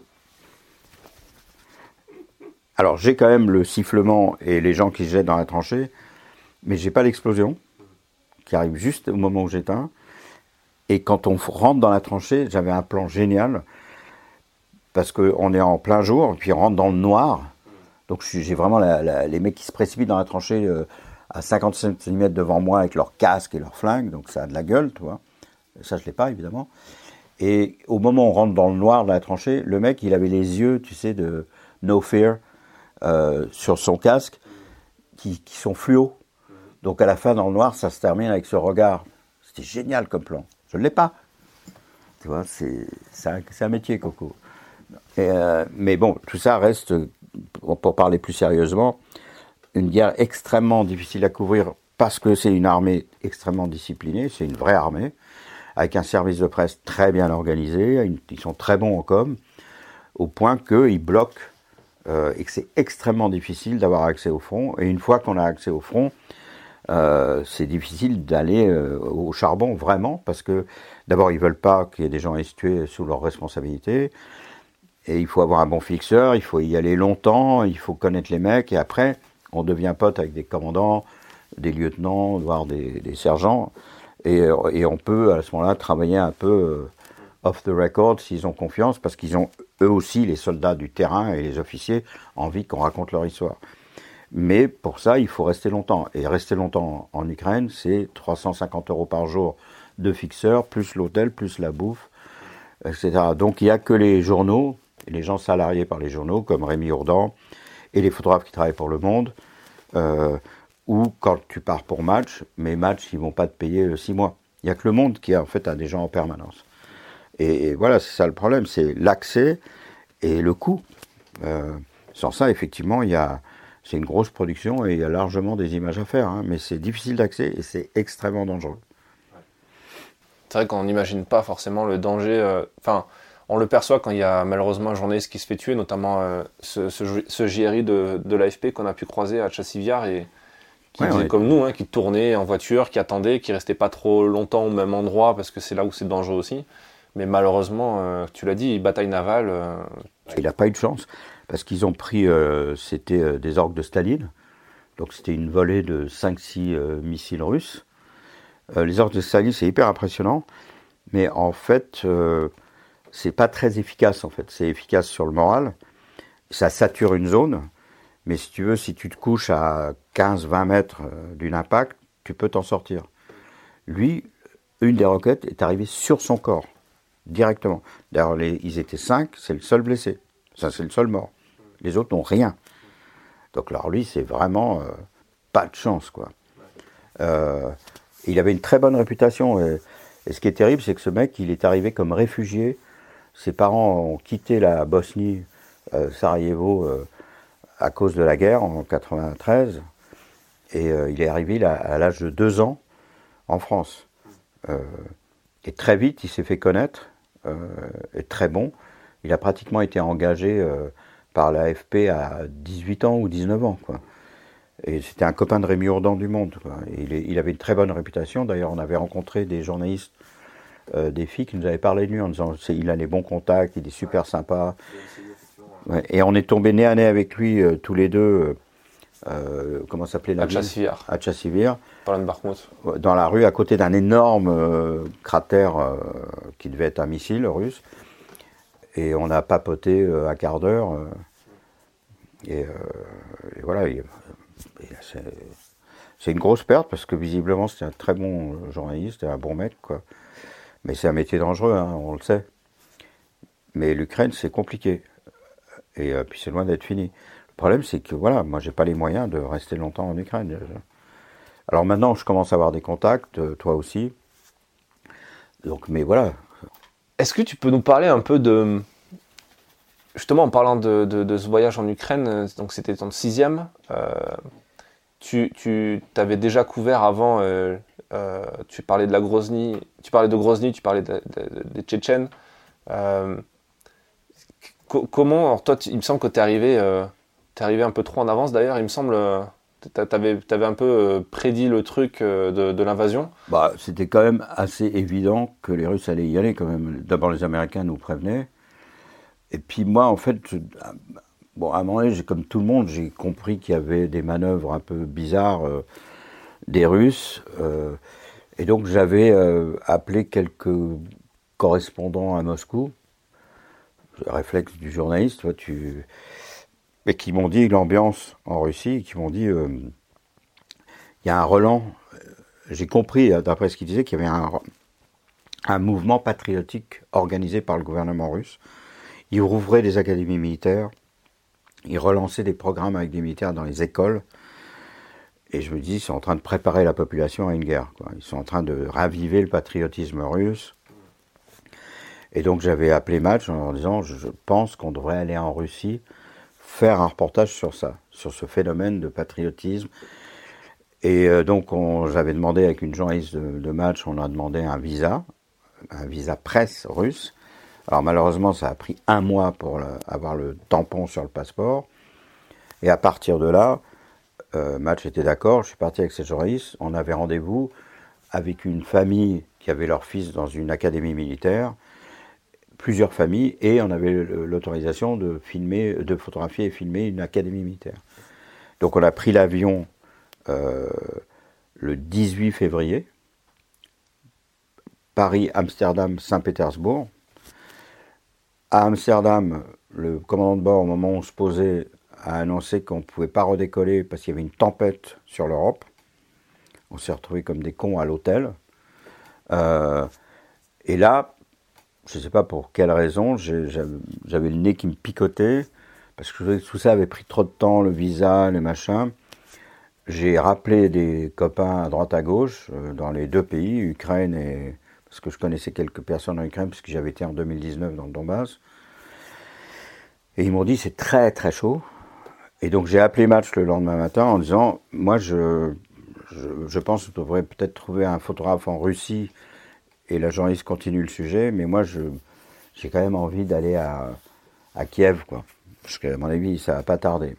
[SPEAKER 1] Alors, j'ai quand même le sifflement et les gens qui se jettent dans la tranchée, mais j'ai pas l'explosion qui arrive juste au moment où j'éteins. Et quand on rentre dans la tranchée, j'avais un plan génial, parce qu'on est en plein jour, puis on rentre dans le noir. Donc j'ai vraiment les mecs qui se précipitent dans la tranchée à 50 cm devant moi avec leur casque et leur flingue, donc ça a de la gueule, tu vois. Ça, je ne l'ai pas, évidemment. Et au moment où on rentre dans le noir de la tranchée, le mec, il avait les yeux, tu sais, de No Fear sur son casque, qui sont fluo. Donc à la fin, dans le noir, ça se termine avec ce regard. C'était génial comme plan. Je ne l'ai pas. Tu vois, c'est un métier, Coco. Mais bon, tout ça reste, pour parler plus sérieusement, une guerre extrêmement difficile à couvrir parce que c'est une armée extrêmement disciplinée, c'est une vraie armée, avec un service de presse très bien organisé, ils sont très bons en com, au point qu'ils bloquent et que c'est extrêmement difficile d'avoir accès au front. Et une fois qu'on a accès au front, c'est difficile d'aller au charbon vraiment, parce que d'abord ils veulent pas qu'il y ait des gens tués sous leur responsabilité, et il faut avoir un bon fixeur, il faut y aller longtemps, il faut connaître les mecs, et après on devient pote avec des commandants, des lieutenants, voire des sergents, et on peut à ce moment-là travailler un peu off the record s'ils ont confiance, parce qu'ils ont eux aussi, les soldats du terrain et les officiers, envie qu'on raconte leur histoire. Mais pour ça, il faut rester longtemps. Et rester longtemps en Ukraine, c'est 350 € par jour de fixeur, plus l'hôtel, plus la bouffe, etc. Donc il n'y a que les journaux, et les gens salariés par les journaux, comme Rémi Ourdan, et les photographes qui travaillent pour Le Monde, ou quand tu pars pour match, mais match, ils ne vont pas te payer 6 mois. Il n'y a que Le Monde qui en fait a des gens en permanence. Et voilà, c'est ça le problème, c'est l'accès. et le coût. Sans ça, effectivement, c'est une grosse production et il y a largement des images à faire, hein, mais c'est difficile d'accès et c'est extrêmement dangereux.
[SPEAKER 2] C'est vrai qu'on n'imagine pas forcément le danger. On le perçoit quand il y a malheureusement un journaliste qui se fait tuer, notamment ce JRI de l'AFP qu'on a pu croiser à Chassiviar et qui faisait comme nous, hein, qui tournait en voiture, qui attendait, qui restait pas trop longtemps au même endroit parce que c'est là où c'est dangereux aussi. Mais malheureusement, tu l'as dit, bataille navale.
[SPEAKER 1] Il n'a pas eu de chance parce qu'ils ont pris, c'était des orques de Staline, donc c'était une volée de 5-6 missiles russes. Les orques de Staline, c'est hyper impressionnant, mais en fait, c'est pas très efficace. En fait, c'est efficace sur le moral. Ça sature une zone, mais si tu veux, si tu te couches à 15-20 mètres d'une impact, tu peux t'en sortir. Lui, une des roquettes est arrivée sur son corps, directement. D'ailleurs, ils étaient 5, c'est le seul blessé. Ça, c'est le seul mort. Les autres n'ont rien. Donc, alors lui, c'est vraiment pas de chance, quoi. Il avait une très bonne réputation. Et ce qui est terrible, c'est que ce mec, il est arrivé comme réfugié. Ses parents ont quitté la Bosnie, Sarajevo, à cause de la guerre en 93. Et il est arrivé à l'âge de 2 ans en France. Et très vite, il s'est fait connaître, est très bon. Il a pratiquement été engagé par l'AFP à 18 ans ou 19 ans, quoi. Et c'était un copain de Rémi Ourdan du Monde, quoi. Il avait une très bonne réputation. D'ailleurs, on avait rencontré des journalistes, des filles qui nous avaient parlé de lui en disant il a les bons contacts, il est super sympa. Ouais. Et on est tombé nez à nez avec lui tous les deux. Comment s'appelait la ville ? À Chassiviar.
[SPEAKER 2] Par de Bakhmout.
[SPEAKER 1] Dans la rue, à côté d'un énorme cratère qui devait être un missile russe. Et on a papoté un quart d'heure. Et voilà. C'est une grosse perte parce que visiblement c'était un très bon journaliste, un bon mec, quoi. Mais c'est un métier dangereux, hein, on le sait. Mais l'Ukraine, c'est compliqué. Et puis c'est loin d'être fini. Le problème, c'est que voilà, moi j'ai pas les moyens de rester longtemps en Ukraine. Alors maintenant, je commence à avoir des contacts, toi aussi. Donc, mais voilà.
[SPEAKER 2] Est-ce que tu peux nous parler un peu de... Justement, en parlant de ce voyage en Ukraine, donc c'était ton 6e. Tu t'avais déjà couvert avant, tu parlais de la Grozny, tu parlais des Tchétchènes. Comment, alors toi, il me semble que t'es arrivé un peu trop en avance d'ailleurs, il me semble, t'avais un peu prédit le truc de l'invasion.
[SPEAKER 1] Bah, c'était quand même assez évident que les Russes allaient y aller quand même. D'abord, les Américains nous prévenaient. Et puis moi, en fait, à un moment donné, comme tout le monde, j'ai compris qu'il y avait des manœuvres un peu bizarres des Russes. Et donc j'avais appelé quelques correspondants à Moscou, le réflexe du journaliste, mais qui m'ont dit l'ambiance en Russie, qui m'ont dit il y a un relent. J'ai compris, d'après ce qu'ils disaient, qu'il y avait un mouvement patriotique organisé par le gouvernement russe. Ils rouvraient des académies militaires, ils relançaient des programmes avec des militaires dans les écoles. Et je me dis, ils sont en train de préparer la population à une guerre, quoi. Ils sont en train de raviver le patriotisme russe. Et donc j'avais appelé Match en leur disant, je pense qu'on devrait aller en Russie faire un reportage sur ça, sur ce phénomène de patriotisme. Et donc j'avais demandé avec une journaliste de Match, on a demandé un visa presse russe. Alors malheureusement, ça a pris 1 mois pour avoir le tampon sur le passeport. Et à partir de là, Match était d'accord, je suis parti avec cette journaliste. On avait rendez-vous avec une famille qui avait leur fils dans une académie militaire, plusieurs familles, et on avait l'autorisation de photographier et filmer une académie militaire. Donc on a pris l'avion le 18 février, Paris, Amsterdam, Saint-Pétersbourg. À Amsterdam, le commandant de bord, au moment où on se posait, a annoncé qu'on ne pouvait pas redécoller parce qu'il y avait une tempête sur l'Europe. On s'est retrouvés comme des cons à l'hôtel. Et là, je ne sais pas pour quelle raison, j'avais le nez qui me picotait, parce que tout ça avait pris trop de temps, le visa, les machins. J'ai rappelé des copains à droite à gauche, dans les 2 pays, Ukraine et... Parce que je connaissais quelques personnes en Ukraine, puisque j'avais été en 2019 dans le Donbass. Et ils m'ont dit c'est très très chaud. Et donc j'ai appelé Match le lendemain matin en disant moi je pense que je devrais peut-être trouver un photographe en Russie et la journaliste continue le sujet, mais moi j'ai quand même envie d'aller à Kiev, quoi. Parce qu'à mon avis ça va pas tarder.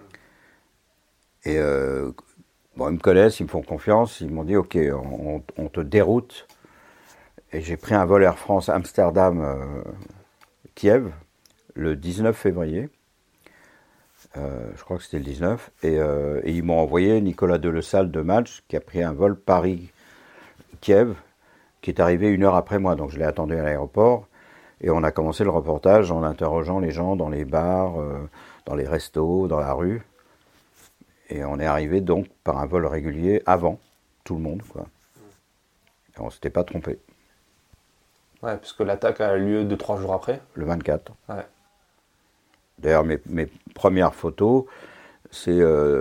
[SPEAKER 1] Et bon, ils me connaissent, ils me font confiance, ils m'ont dit ok, on te déroute. Et j'ai pris un vol Air France Amsterdam-Kiev le 19 février. Je crois que c'était le 19. Et ils m'ont envoyé Nicolas Delesalle de Match, qui a pris un vol Paris-Kiev, qui est arrivé 1 heure après moi. Donc je l'ai attendu à l'aéroport. Et on a commencé le reportage en interrogeant les gens dans les bars, dans les restos, dans la rue. Et on est arrivé donc par un vol régulier avant tout le monde, quoi. Et on ne s'était pas trompé.
[SPEAKER 2] Ouais, puisque l'attaque a lieu 2-3 jours après.
[SPEAKER 1] Le 24.
[SPEAKER 2] Ouais.
[SPEAKER 1] D'ailleurs, mes premières photos, c'est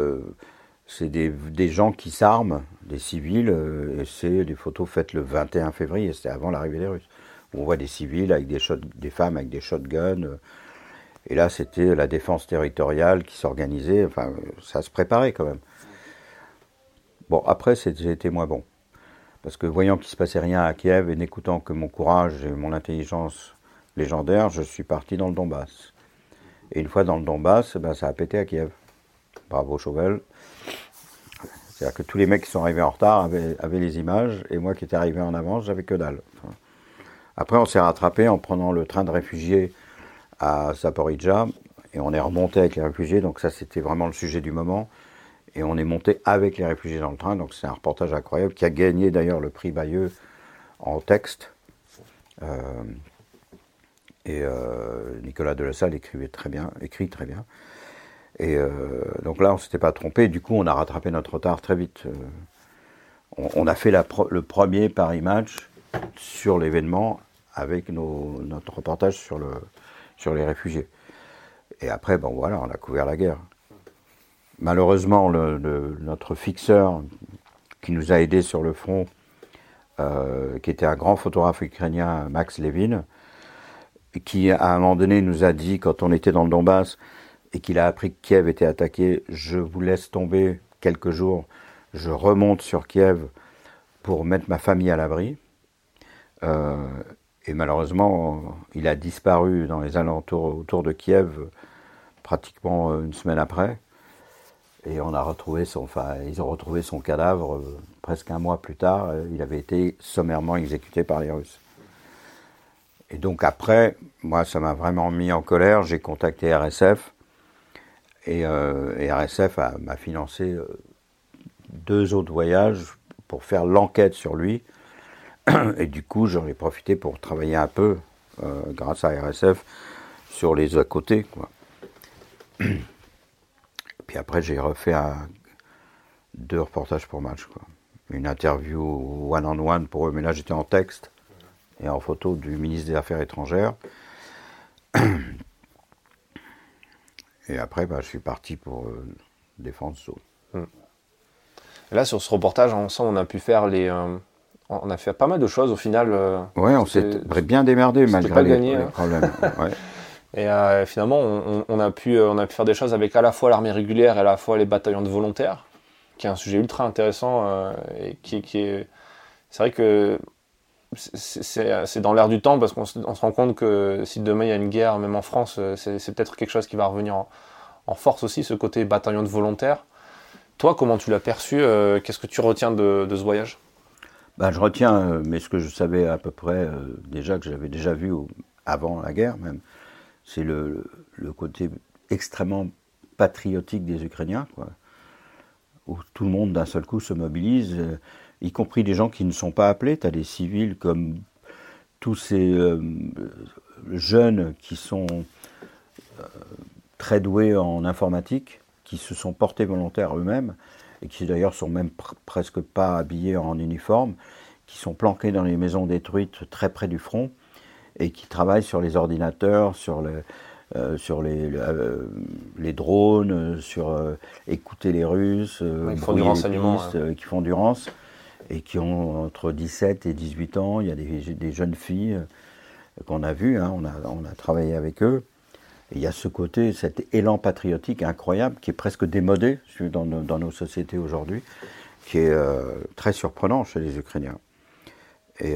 [SPEAKER 1] des gens qui s'arment, des civils, et c'est des photos faites le 21 février, c'était avant l'arrivée des Russes. Où on voit des civils avec des femmes avec des shotguns. Et là, c'était la défense territoriale qui s'organisait. Enfin, ça se préparait quand même. Bon, après, j'ai été moins bon. Parce que voyant qu'il ne se passait rien à Kiev et n'écoutant que mon courage et mon intelligence légendaire, je suis parti dans le Donbass. Et une fois dans le Donbass, ben, ça a pété à Kiev. Bravo Chauvel. C'est-à-dire que tous les mecs qui sont arrivés en retard avaient les images, et moi qui étais arrivé en avance, j'avais que dalle. Enfin, après, on s'est rattrapé en prenant le train de réfugiés à Zaporizhzhia, et on est remonté avec les réfugiés, donc ça c'était vraiment le sujet du moment. Et on est monté avec les réfugiés dans le train, donc c'est un reportage incroyable, qui a gagné d'ailleurs le prix Bayeux en texte. Nicolas Delesalle écrit très bien. Et donc là, on ne s'était pas trompé, du coup on a rattrapé notre retard très vite. On a fait le premier Paris Match sur l'événement avec notre reportage sur les réfugiés. Et après, bon voilà, on a couvert la guerre. Malheureusement, notre fixeur qui nous a aidés sur le front, qui était un grand photographe ukrainien, Max Levin, qui à un moment donné nous a dit, quand on était dans le Donbass, et qu'il a appris que Kiev était attaqué, je vous laisse tomber quelques jours, je remonte sur Kiev pour mettre ma famille à l'abri. Et malheureusement, il a disparu dans les alentours autour de Kiev pratiquement une semaine après. Et ils ont retrouvé son cadavre presque un mois plus tard. Il avait été sommairement exécuté par les Russes. Et donc après, moi, ça m'a vraiment mis en colère. J'ai contacté RSF. Et RSF m'a financé 2 autres voyages pour faire l'enquête sur lui. Et du coup, j'en ai profité pour travailler un peu, grâce à RSF, sur les à côté, quoi. Puis après, j'ai refait 2 reportages pour Match, quoi. Une interview one-on-one pour eux, mais là j'étais en texte et en photo du ministre des Affaires étrangères. Et après, je suis parti pour défendre Sceaux.
[SPEAKER 2] Et là, sur ce reportage, ensemble, on a pu faire on a fait pas mal de choses au final.
[SPEAKER 1] Ouais, on s'est bien démerdé malgré les problèmes. Ouais.
[SPEAKER 2] Et finalement, on a pu faire des choses avec à la fois l'armée régulière et à la fois les bataillons de volontaires, qui est un sujet ultra intéressant et qui est... C'est vrai que c'est dans l'air du temps, parce qu'on se rend compte que si demain il y a une guerre, même en France, c'est peut-être quelque chose qui va revenir en force aussi, ce côté bataillon de volontaires. Toi, comment tu l'as perçu? Qu'est-ce que tu retiens de ce voyage?
[SPEAKER 1] Je retiens, mais ce que je savais à peu près déjà, que j'avais déjà vu avant la guerre même, c'est le côté extrêmement patriotique des Ukrainiens, quoi, où tout le monde d'un seul coup se mobilise, y compris des gens qui ne sont pas appelés. Tu as des civils comme tous ces jeunes qui sont très doués en informatique, qui se sont portés volontaires eux-mêmes, et qui d'ailleurs sont même presque pas habillés en uniforme, qui sont planqués dans les maisons détruites très près du front, et qui travaillent sur les ordinateurs, sur les drones, sur écouter les Russes,
[SPEAKER 2] qui font du renseignement,
[SPEAKER 1] qui font du rance, et qui ont entre 17 et 18 ans. Il y a des jeunes filles qu'on a vues, hein, on a travaillé avec eux, Et il y a ce côté, cet élan patriotique incroyable qui est presque démodé dans nos sociétés aujourd'hui, qui est très surprenant chez les Ukrainiens. Et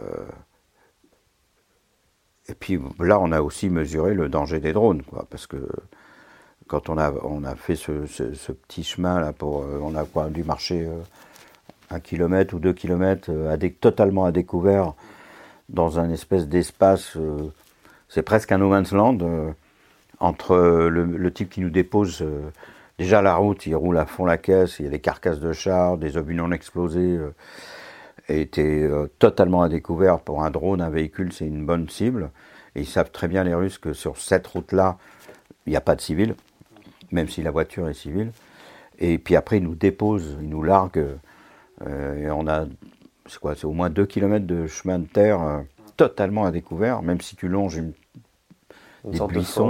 [SPEAKER 1] puis là, on a aussi mesuré le danger des drones, quoi, parce que quand on a fait ce petit chemin là, on a dû marcher 1 kilomètre ou 2 kilomètres totalement à découvert dans un espèce d'espace, c'est presque un no man's land, entre le type qui nous dépose déjà la route, il roule à fond la caisse, il y a des carcasses de chars, des obus non explosés, et était totalement à découvert. Pour un drone, un véhicule, c'est une bonne cible. Et ils savent très bien, les Russes, que sur cette route-là, il n'y a pas de civils, même si la voiture est civile. Et puis après, ils nous déposent, ils nous larguent. Et on a, c'est au moins 2 kilomètres de chemin de terre totalement à découvert, même si tu longes des buissons.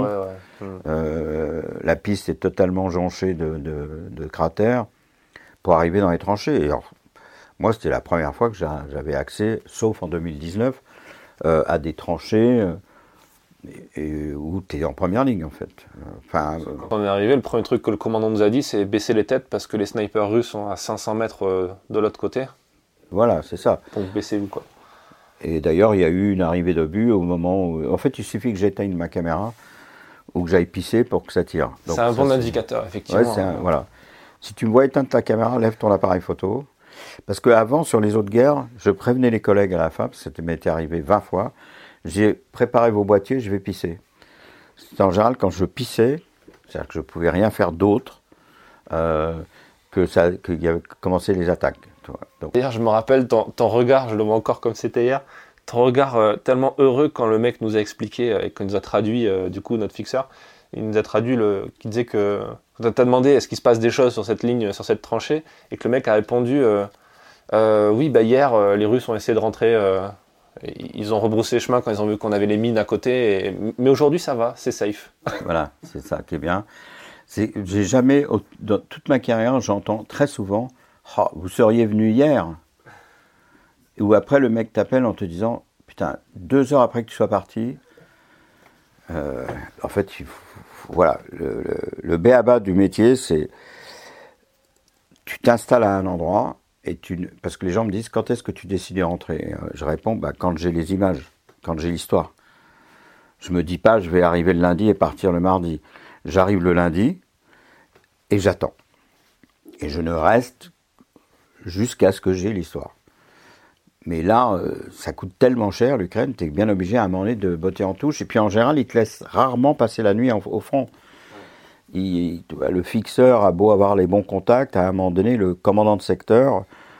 [SPEAKER 1] La piste est totalement jonchée de cratères pour arriver dans les tranchées. Et alors, moi, c'était la première fois que j'avais accès, sauf en 2019, à des tranchées où tu es en première ligne, en fait.
[SPEAKER 2] Quand on est arrivé, le premier truc que le commandant nous a dit, c'est baisser les têtes parce que les snipers russes sont à 500 mètres de l'autre côté.
[SPEAKER 1] Voilà, c'est ça.
[SPEAKER 2] Donc baissez-vous, quoi.
[SPEAKER 1] Et d'ailleurs, il y a eu une arrivée d'obus au moment où... En fait, il suffit que j'éteigne ma caméra ou que j'aille pisser pour que ça tire.
[SPEAKER 2] Donc, c'est un bon indicateur, effectivement.
[SPEAKER 1] Ouais, voilà. Si tu me vois éteindre ta caméra, lève ton appareil photo. Parce qu'avant, sur les autres guerres, je prévenais les collègues à la fin, parce que ça m'était arrivé 20 fois, j'ai préparé vos boîtiers, je vais pisser. C'était en général quand je pissais, c'est-à-dire que je ne pouvais rien faire d'autre, qu'il y avait commencé les attaques.
[SPEAKER 2] Donc. D'ailleurs, je me rappelle ton regard, je le vois encore comme c'était hier, ton regard tellement heureux quand le mec nous a expliqué, et qu'on nous a traduit, du coup, notre fixeur, il nous a traduit qui disait que... On t'a demandé est-ce qu'il se passe des choses sur cette ligne, sur cette tranchée, et que le mec a répondu oui, hier, les Russes ont essayé de rentrer, ils ont rebroussé chemin quand ils ont vu qu'on avait les mines à côté, mais aujourd'hui ça va, c'est safe.
[SPEAKER 1] Voilà, c'est ça qui est bien. J'ai jamais, dans toute ma carrière, j'entends très souvent oh, vous seriez venu hier, ou après le mec t'appelle en te disant putain, 2 heures après que tu sois parti, en fait, voilà, le b.a.-ba du métier, c'est tu t'installes à un endroit parce que les gens me disent quand est-ce que tu décides de rentrer. Je réponds quand j'ai les images, quand j'ai l'histoire. Je me dis pas je vais arriver le lundi et partir le mardi. J'arrive le lundi et j'attends. Et je ne reste jusqu'à ce que j'ai l'histoire. Mais là, ça coûte tellement cher, l'Ukraine, tu es bien obligé à un moment donné de botter en touche. Et puis en général, ils te laissent rarement passer la nuit au front. Le fixeur a beau avoir les bons contacts, à un moment donné, le commandant de secteur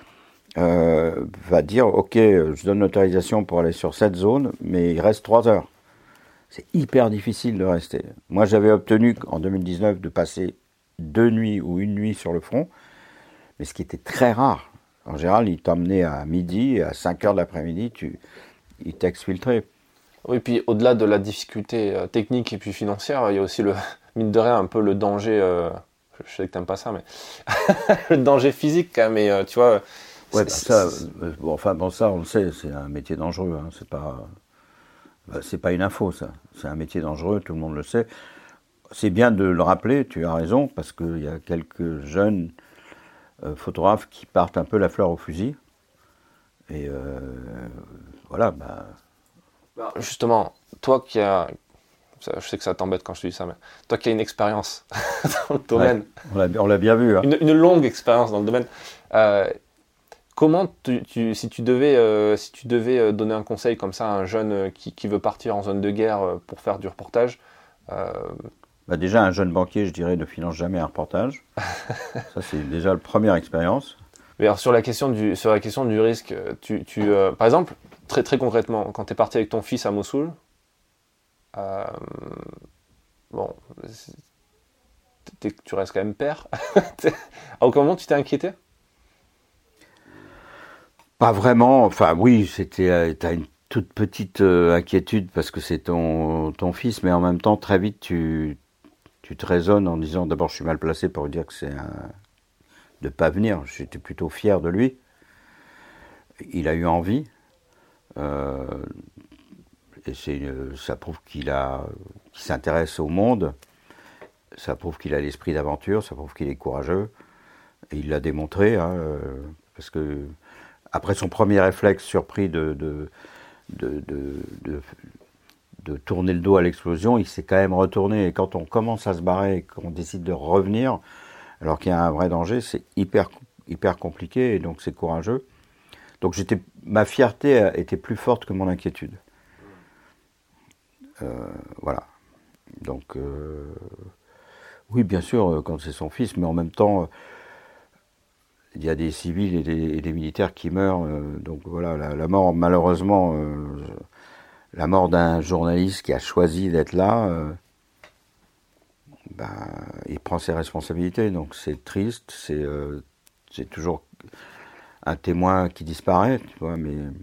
[SPEAKER 1] va dire « Ok, je donne l'autorisation pour aller sur cette zone, mais il reste 3 heures. » C'est hyper difficile de rester. Moi, j'avais obtenu en 2019 de passer 2 nuits ou 1 nuit sur le front, mais ce qui était très rare. En général, il t'emmenait à midi, et à 5 heures de l'après-midi, il t'exfiltrait.
[SPEAKER 2] Oui, puis au-delà de la difficulté technique et puis financière, il y a aussi mine de rien, un peu le danger, je sais que t'aimes pas ça, mais le danger physique quand même, mais tu vois...
[SPEAKER 1] Ouais, ça, on le sait, c'est un métier dangereux, hein, c'est pas une info, ça. C'est un métier dangereux, tout le monde le sait. C'est bien de le rappeler, tu as raison, parce qu'il y a quelques jeunes photographes qui partent un peu la fleur au fusil. Et voilà,
[SPEAKER 2] Justement, toi qui as... Je sais que ça t'embête quand je te dis ça, mais toi qui as une expérience dans le domaine...
[SPEAKER 1] Ouais, on l'a bien vu. Hein.
[SPEAKER 2] Une longue expérience dans le domaine. Comment, si tu devais donner un conseil comme ça à un jeune qui veut partir en zone de guerre pour faire du reportage
[SPEAKER 1] déjà, un jeune banquier, je dirais, ne finance jamais un reportage. Ça, c'est déjà la première expérience.
[SPEAKER 2] Mais alors, sur la question du risque, par exemple, très, très concrètement, quand tu es parti avec ton fils à Mossoul, tu restes quand même père. À aucun moment, tu t'es inquiété ?
[SPEAKER 1] Pas vraiment. Enfin, oui, t'as une toute petite inquiétude parce que c'est ton fils, mais en même temps, très vite, tu te raisonnes en disant, d'abord, je suis mal placé pour dire que de pas venir. J'étais plutôt fier de lui. Il a eu envie. Et ça prouve qu'il a qui s'intéresse au monde, ça prouve qu'il a l'esprit d'aventure, ça prouve qu'il est courageux. Et il l'a démontré, parce que après son premier réflexe surpris de tourner le dos à l'explosion, il s'est quand même retourné. Et quand on commence à se barrer et qu'on décide de revenir, alors qu'il y a un vrai danger, c'est hyper compliqué, et donc c'est courageux. Donc ma fierté était plus forte que mon inquiétude. Voilà. Donc, oui, bien sûr, quand c'est son fils, mais en même temps, il y a des civils et des militaires qui meurent. Donc voilà, la mort, malheureusement, la mort d'un journaliste qui a choisi d'être là, il prend ses responsabilités. Donc c'est triste, c'est toujours un témoin qui disparaît, tu vois,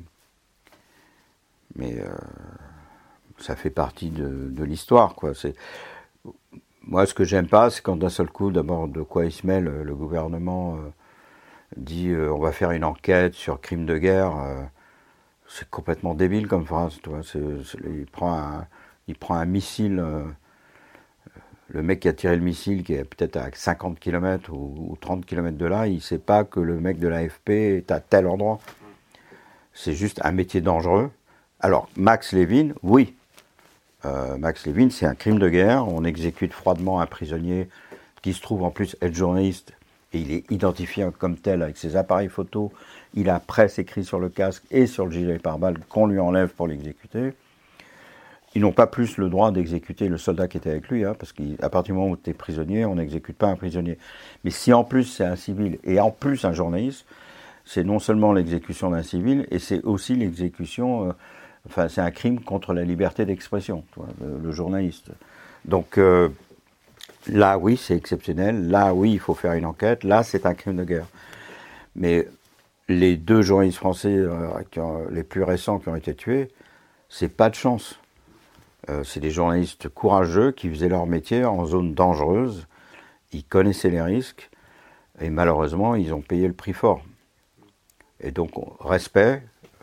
[SPEAKER 1] mais ça fait partie de l'histoire, quoi. Moi, ce que j'aime pas, c'est quand d'un seul coup, d'abord, de quoi il se mêle, le gouvernement dit on va faire une enquête sur crimes de guerre. C'est complètement débile comme phrase, tu vois. Il prend un missile. Le mec qui a tiré le missile, qui est peut-être à 50 km ou 30 km de là, il ne sait pas que le mec de l'AFP est à tel endroit. C'est juste un métier dangereux. Alors, Max Levin, oui. Max Levin, c'est un crime de guerre. On exécute froidement un prisonnier qui se trouve en plus être journaliste. Et il est identifié comme tel avec ses appareils photo. Il a presse écrit sur le casque et sur le gilet pare-balles qu'on lui enlève pour l'exécuter. Ils n'ont pas plus le droit d'exécuter le soldat qui était avec lui, parce qu'à partir du moment où tu es prisonnier, on n'exécute pas un prisonnier. Mais si en plus c'est un civil et en plus un journaliste, c'est non seulement l'exécution d'un civil, et c'est aussi l'exécution, c'est un crime contre la liberté d'expression, le journaliste. Donc là, oui, c'est exceptionnel. Là, oui, il faut faire une enquête. Là, c'est un crime de guerre. Mais les 2 journalistes français, les plus récents qui ont été tués, c'est pas de chance. C'est des journalistes courageux qui faisaient leur métier en zone dangereuse. Ils connaissaient les risques et malheureusement, ils ont payé le prix fort. Et donc, respect,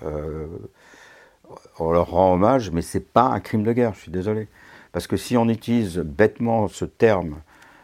[SPEAKER 1] on leur rend hommage, mais c'est pas un crime de guerre, je suis désolé. Parce que si on utilise bêtement ce terme,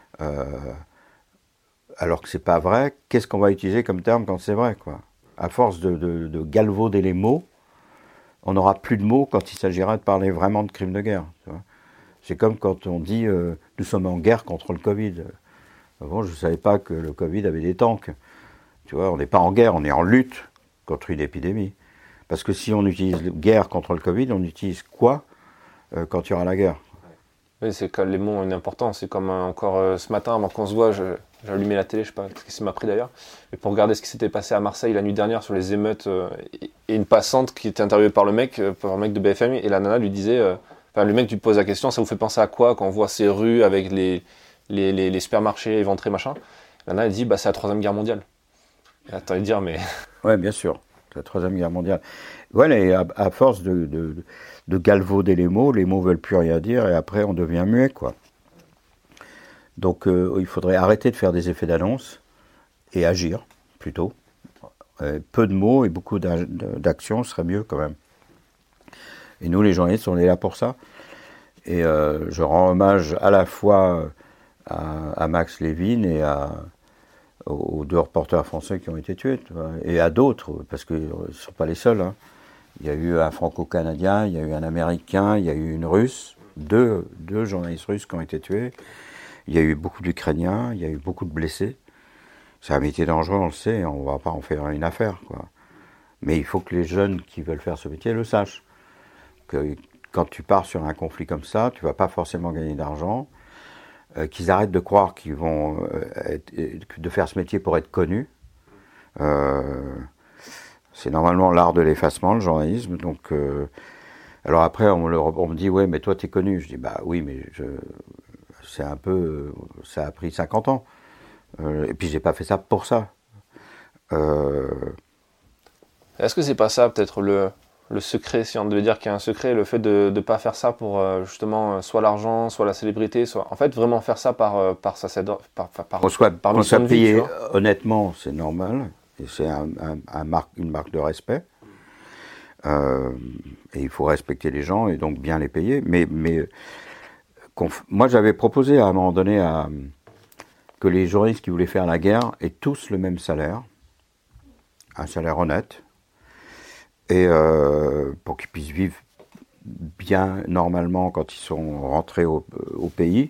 [SPEAKER 1] alors que c'est pas vrai, qu'est-ce qu'on va utiliser comme terme quand c'est vrai, quoi ? À force de galvauder les mots, on n'aura plus de mots quand il s'agira de parler vraiment de crimes de guerre. Tu vois. C'est comme quand on dit nous sommes en guerre contre le Covid. Avant, je ne savais pas que le Covid avait des tanks. Tu vois, on n'est pas en guerre, on est en lutte contre une épidémie. Parce que si on utilise guerre contre le Covid, on utilise quoi quand il y aura la guerre ?
[SPEAKER 2] Oui, c'est que les mots ont une importance. C'est comme encore ce matin, avant qu'on se voit, j'ai allumé la télé, je ne sais pas ce qui ça m'a pris d'ailleurs, mais pour regarder ce qui s'était passé à Marseille la nuit dernière sur les émeutes, et une passante qui était interviewée par le mec de BFM, et la nana lui disait, le mec lui pose la question, ça vous fait penser à quoi quand on voit ces rues avec les supermarchés éventrés, machin ? La nana elle dit, c'est la 3e guerre mondiale. Et là, t'as envie de dire, mais...
[SPEAKER 1] Ouais, bien sûr, c'est la 3e guerre mondiale. Voilà, et à force de galvauder les mots veulent plus rien dire, et après on devient muet, quoi. Donc il faudrait arrêter de faire des effets d'annonce et agir, plutôt. Peu de mots et beaucoup d'actions serait mieux, quand même. Et nous, les journalistes, on est là pour ça. Et je rends hommage à la fois à Max Levin et aux 2 reporters français qui ont été tués, tu vois, et à d'autres, parce qu'ils ne sont pas les seuls. Hein. Il y a eu un franco-canadien, il y a eu un américain, il y a eu une russe, deux journalistes russes qui ont été tués. Il y a eu beaucoup d'Ukrainiens, il y a eu beaucoup de blessés. C'est un métier dangereux, on le sait, on ne va pas en faire une affaire, quoi. Mais il faut que les jeunes qui veulent faire ce métier le sachent. Que quand tu pars sur un conflit comme ça, tu ne vas pas forcément gagner d'argent. Qu'ils arrêtent de croire qu'ils vont de faire ce métier pour être connus. C'est normalement l'art de l'effacement, le journalisme. Donc, alors après, on me dit, ouais, mais toi, t'es connu. Je dis, oui, mais c'est un peu, ça a pris 50 ans. Et puis, j'ai pas fait ça pour ça.
[SPEAKER 2] Est-ce que c'est pas ça, peut-être, le secret, si on devait dire qu'il y a un secret, le fait de ne pas faire ça pour justement soit l'argent, soit la célébrité, soit en fait vraiment faire ça par
[SPEAKER 1] qu'on soit payé honnêtement, c'est normal, et c'est une marque de respect. Et il faut respecter les gens et donc bien les payer. Mais moi, j'avais proposé à un moment donné que les journalistes qui voulaient faire la guerre aient tous le même salaire, un salaire honnête, et pour qu'ils puissent vivre bien normalement quand ils sont rentrés au pays,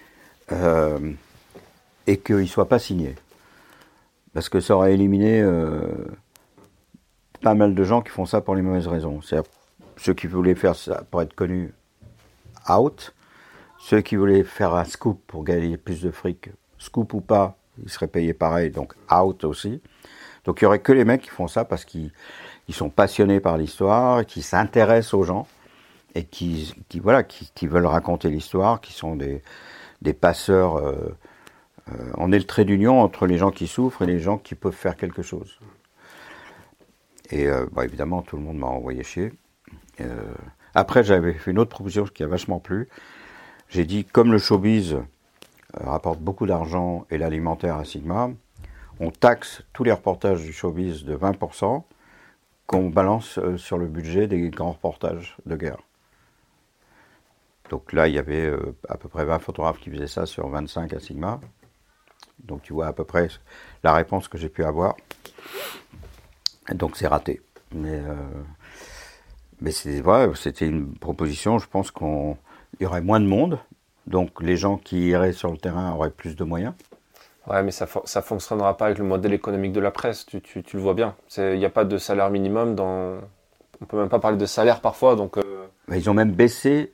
[SPEAKER 1] et qu'ils ne soient pas signés. Parce que ça aurait éliminé pas mal de gens qui font ça pour les mauvaises raisons. C'est-à-dire ceux qui voulaient faire ça pour être connus, out. Ceux qui voulaient faire un scoop pour gagner plus de fric, scoop ou pas, ils seraient payés pareil, donc out aussi. Donc il n'y aurait que les mecs qui font ça parce qu'ils sont passionnés par l'histoire, qui s'intéressent aux gens et qui veulent raconter l'histoire, qui sont des passeurs. On est le trait d'union entre les gens qui souffrent et les gens qui peuvent faire quelque chose. Et évidemment, tout le monde m'a envoyé chier. Après, j'avais fait une autre proposition qui a vachement plu. J'ai dit, comme le showbiz rapporte beaucoup d'argent et l'alimentaire à Sigma, on taxe tous les reportages du showbiz de 20% qu'on balance sur le budget des grands reportages de guerre. Donc là, il y avait à peu près 20 photographes qui faisaient ça sur 25 à Sigma. Donc tu vois à peu près la réponse que j'ai pu avoir. Donc c'est raté. Mais c'était une proposition, je pense qu'il y aurait moins de monde. Donc les gens qui iraient sur le terrain auraient plus de moyens.
[SPEAKER 2] Ouais, mais ça fonctionnera pas avec le modèle économique de la presse, tu le vois bien. Il n'y a pas de salaire minimum on peut même pas parler de salaire parfois, donc...
[SPEAKER 1] Ils ont même baissé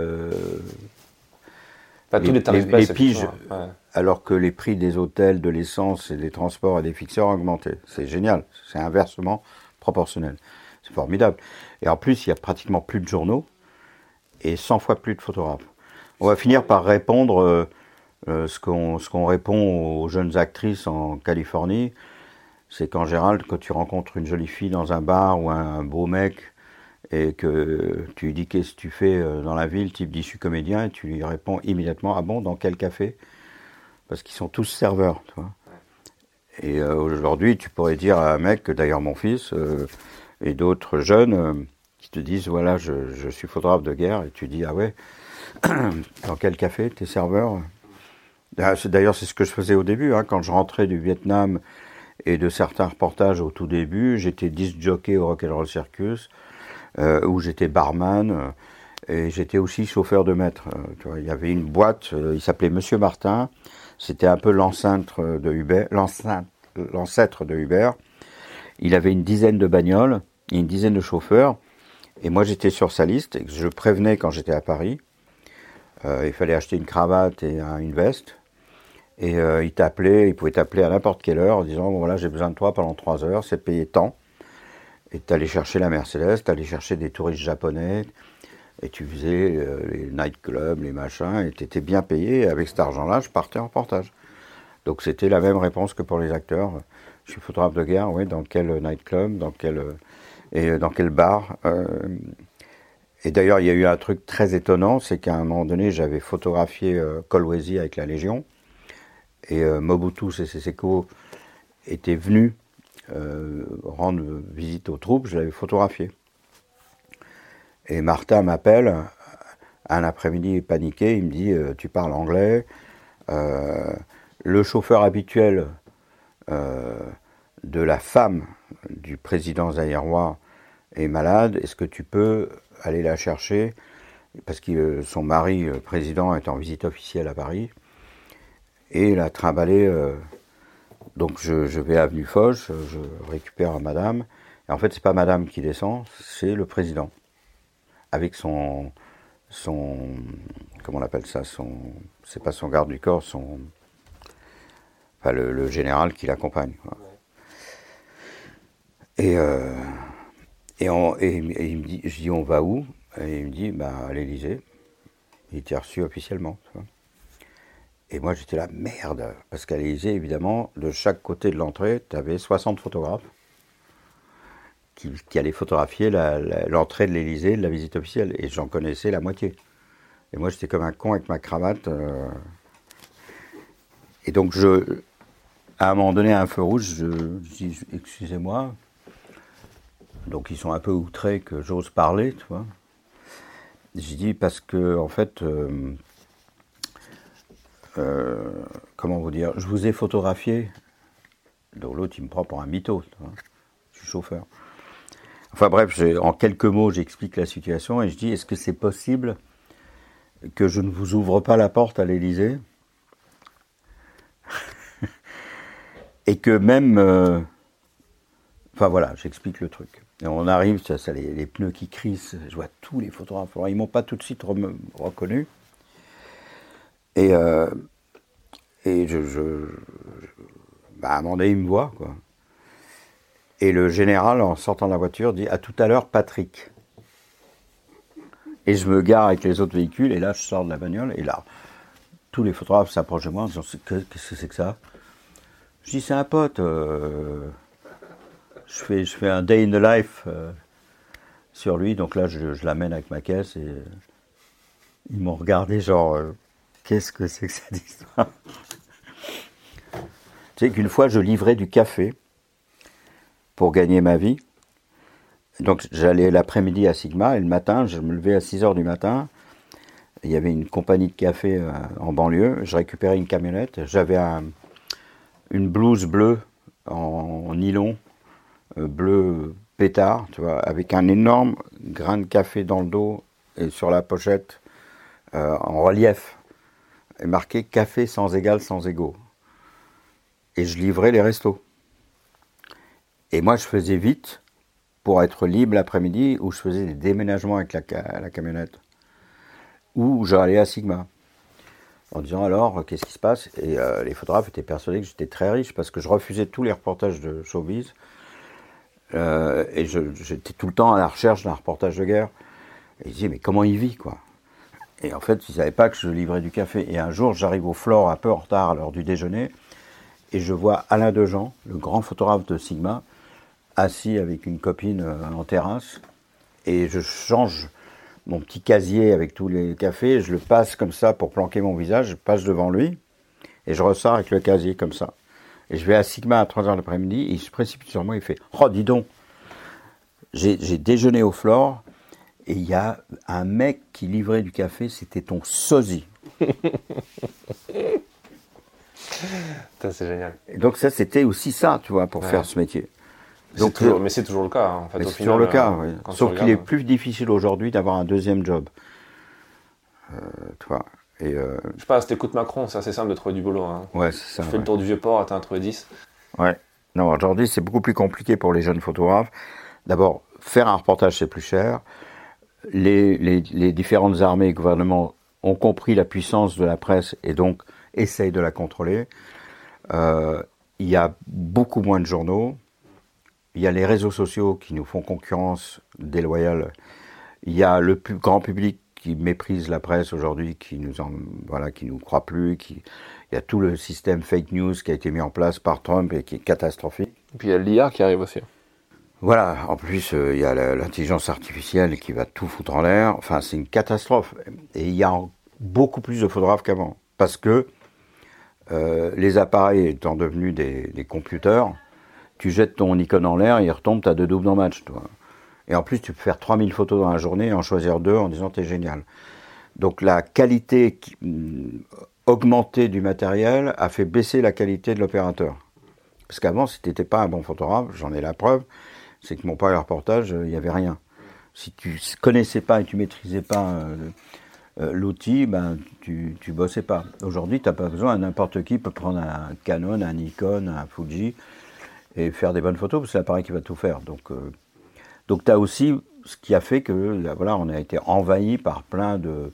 [SPEAKER 2] tous les tarifs baissent,
[SPEAKER 1] piges,
[SPEAKER 2] ouais.
[SPEAKER 1] Alors que les prix des hôtels, de l'essence et des transports et des fixeurs ont augmenté. C'est génial, c'est inversement proportionnel. C'est formidable. Et en plus, il y a pratiquement plus de journaux et 100 fois plus de photographes. On va finir par répondre ce qu'on répond aux jeunes actrices en Californie, c'est qu'en général, quand tu rencontres une jolie fille dans un bar ou un beau mec et que tu lui dis qu'est-ce que tu fais dans la ville, type je suis comédien, et tu lui réponds immédiatement, ah bon, dans quel café? Parce qu'ils sont tous serveurs, tu vois. Et aujourd'hui, tu pourrais dire à un mec, d'ailleurs mon fils et d'autres jeunes qui te disent, voilà, je suis photographe de guerre, et tu dis, ah ouais, dans quel café, t'es serveur? D'ailleurs, c'est ce que je faisais au début, hein, quand je rentrais du Vietnam et de certains reportages au tout début, j'étais disc jockey au Rock'n'Roll Circus, où j'étais barman, et j'étais aussi chauffeur de maître. Tu vois, il y avait une boîte, il s'appelait Monsieur Martin, c'était un peu l'ancêtre de Uber. Il avait une dizaine de bagnoles, et une dizaine de chauffeurs, et moi j'étais sur sa liste, et je prévenais quand j'étais à Paris. Il fallait acheter une cravate et une veste. Et il pouvait t'appeler à n'importe quelle heure en disant, bon, voilà, j'ai besoin de toi pendant 3 heures, c'est payé tant. Et t'allais chercher la Mercedes, t'allais chercher des touristes japonais, et tu faisais les nightclubs, les machins, et t'étais bien payé, et avec cet argent-là, je partais en reportage. Donc c'était la même réponse que pour les acteurs. Je suis photographe de guerre, oui, dans quel nightclub, dans quel bar. Et d'ailleurs, il y a eu un truc très étonnant, c'est qu'à un moment donné, j'avais photographié Kolwezi avec la Légion, et Mobutu Sese Seko était venu rendre visite aux troupes, je l'avais photographié. Et Martin m'appelle, un après-midi paniqué, il me dit « Tu parles anglais, le chauffeur habituel de la femme du président zaïrois est malade, est-ce que tu peux aller la chercher ?» Parce que son mari, président, est en visite officielle à Paris. Et il a trimballé. Donc je vais à Avenue Foch, je récupère madame. Et en fait, c'est pas madame qui descend, c'est le président. Avec son comment on appelle ça, c'est pas son garde du corps, le général qui l'accompagne. Quoi. Et il me dit, je dis on va où? Et il me dit à l'Élysée. Il était reçu officiellement. Tu vois. Et moi j'étais là, merde, parce qu'à l'Élysée, évidemment, de chaque côté de l'entrée, tu avais 60 photographes qui allaient photographier l'entrée de l'Élysée, de la visite officielle. Et j'en connaissais la moitié. Et moi j'étais comme un con avec ma cravate. Et donc à un moment donné, à un feu rouge, je dis, excusez-moi. Donc ils sont un peu outrés que j'ose parler, tu vois. J'ai dit parce que, en fait, comment vous dire, je vous ai photographié. Donc l'autre, il me prend pour un mytho. Je suis chauffeur. Enfin bref, en quelques mots, j'explique la situation et je dis, est-ce que c'est possible que je ne vous ouvre pas la porte à l'Élysée et que même... enfin voilà, j'explique le truc. Et on arrive, ça les pneus qui crissent, je vois tous les photographes. Alors, ils ne m'ont pas tout de suite reconnu. Et à un moment donné, il me voit, quoi. Et le général, en sortant de la voiture, dit « À tout à l'heure, Patrick ». Et je me gare avec les autres véhicules, et là, je sors de la bagnole, et là, tous les photographes s'approchent de moi en disant « Qu'est-ce que c'est que ça ?» Je dis « C'est un pote. Je fais un day in the life sur lui. » Donc là, je l'amène avec ma caisse, et ils m'ont regardé genre qu'est-ce que c'est que cette histoire ?» Tu sais qu'une fois, je livrais du café pour gagner ma vie. Donc j'allais l'après-midi à Sigma et le matin, je me levais à 6h du matin. Il y avait une compagnie de café en banlieue. Je récupérais une camionnette. J'avais une blouse bleue en nylon, bleu pétard, tu vois, avec un énorme grain de café dans le dos et sur la pochette en relief. Et marqué « Café sans égal, sans égaux ». Et je livrais les restos. Et moi, je faisais vite pour être libre l'après-midi, où je faisais des déménagements avec la camionnette, où j'allais à Sigma, en disant alors, qu'est-ce qui se passe ? Et les photographes étaient persuadés que j'étais très riche, parce que je refusais tous les reportages de showbiz, et j'étais tout le temps à la recherche d'un reportage de guerre. Et ils disaient, mais comment il vit, quoi ? Et en fait, ils ne savaient pas que je livrais du café. Et un jour, j'arrive au Flore un peu en retard à l'heure du déjeuner, et je vois Alain Dejean, le grand photographe de Sigma, assis avec une copine en terrasse, et je change mon petit casier avec tous les cafés, je le passe comme ça pour planquer mon visage, je passe devant lui, et je ressors avec le casier comme ça. Et je vais à Sigma à 3h l'après-midi, et il se précipite sur moi, il fait « Oh, dis donc, j'ai déjeuné au Flore, et il y a un mec qui livrait du café, c'était ton sosie. »
[SPEAKER 2] C'est génial.
[SPEAKER 1] Et donc ça, c'était aussi ça, tu vois, pour faire ce métier. Donc,
[SPEAKER 2] mais c'est toujours le cas, hein, en fait.
[SPEAKER 1] C'est toujours le cas, oui. Sauf qu'il est plus difficile aujourd'hui d'avoir un deuxième job. Tu vois. Et
[SPEAKER 2] je sais pas, si t'écoutes Macron, c'est assez simple de trouver du boulot. Hein.
[SPEAKER 1] Ouais, c'est ça.
[SPEAKER 2] Tu fais le tour du Vieux-Port, t'as trouvé 10.
[SPEAKER 1] Ouais. Non, aujourd'hui, c'est beaucoup plus compliqué pour les jeunes photographes. D'abord, faire un reportage, c'est plus cher. Les différentes armées et gouvernements ont compris la puissance de la presse et donc essayent de la contrôler. Il y a beaucoup moins de journaux. Il y a les réseaux sociaux qui nous font concurrence déloyale. Il y a le plus grand public qui méprise la presse aujourd'hui, qui nous croit plus. Il y a tout le système fake news qui a été mis en place par Trump et qui est catastrophique.
[SPEAKER 2] Et puis il y a l'IA qui arrive aussi.
[SPEAKER 1] Voilà, en plus il y a l'intelligence artificielle qui va tout foutre en l'air. Enfin, c'est une catastrophe. Et il y a beaucoup plus de photographes qu'avant. Parce que les appareils étant devenus des computers, tu jettes ton Nikon en l'air, il retombe, tu as 2 doubles dans le match, toi. Et en plus, tu peux faire 3000 photos dans la journée et en choisir 2 en disant t'es génial. Donc la qualité augmentée du matériel a fait baisser la qualité de l'opérateur. Parce qu'avant, si tu n'étais pas un bon photographe, j'en ai la preuve, c'est que mon premier reportage, il n'y avait rien. Si tu connaissais pas et tu maîtrisais pas l'outil, ben tu bossais pas. Aujourd'hui, tu n'as pas besoin, n'importe qui peut prendre un Canon, un Nikon, un Fuji et faire des bonnes photos, parce que c'est l'appareil qui va tout faire. Donc tu as aussi ce qui a fait que voilà, on a été envahi par plein de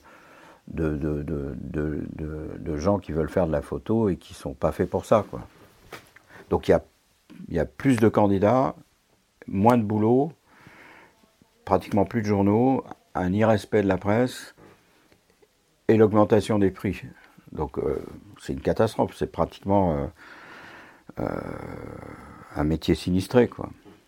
[SPEAKER 1] gens qui veulent faire de la photo et qui sont pas faits pour ça, quoi. Donc il y a plus de candidats, moins de boulot, pratiquement plus de journaux, un irrespect de la presse et l'augmentation des prix. Donc c'est une catastrophe, c'est pratiquement un métier sinistré, quoi.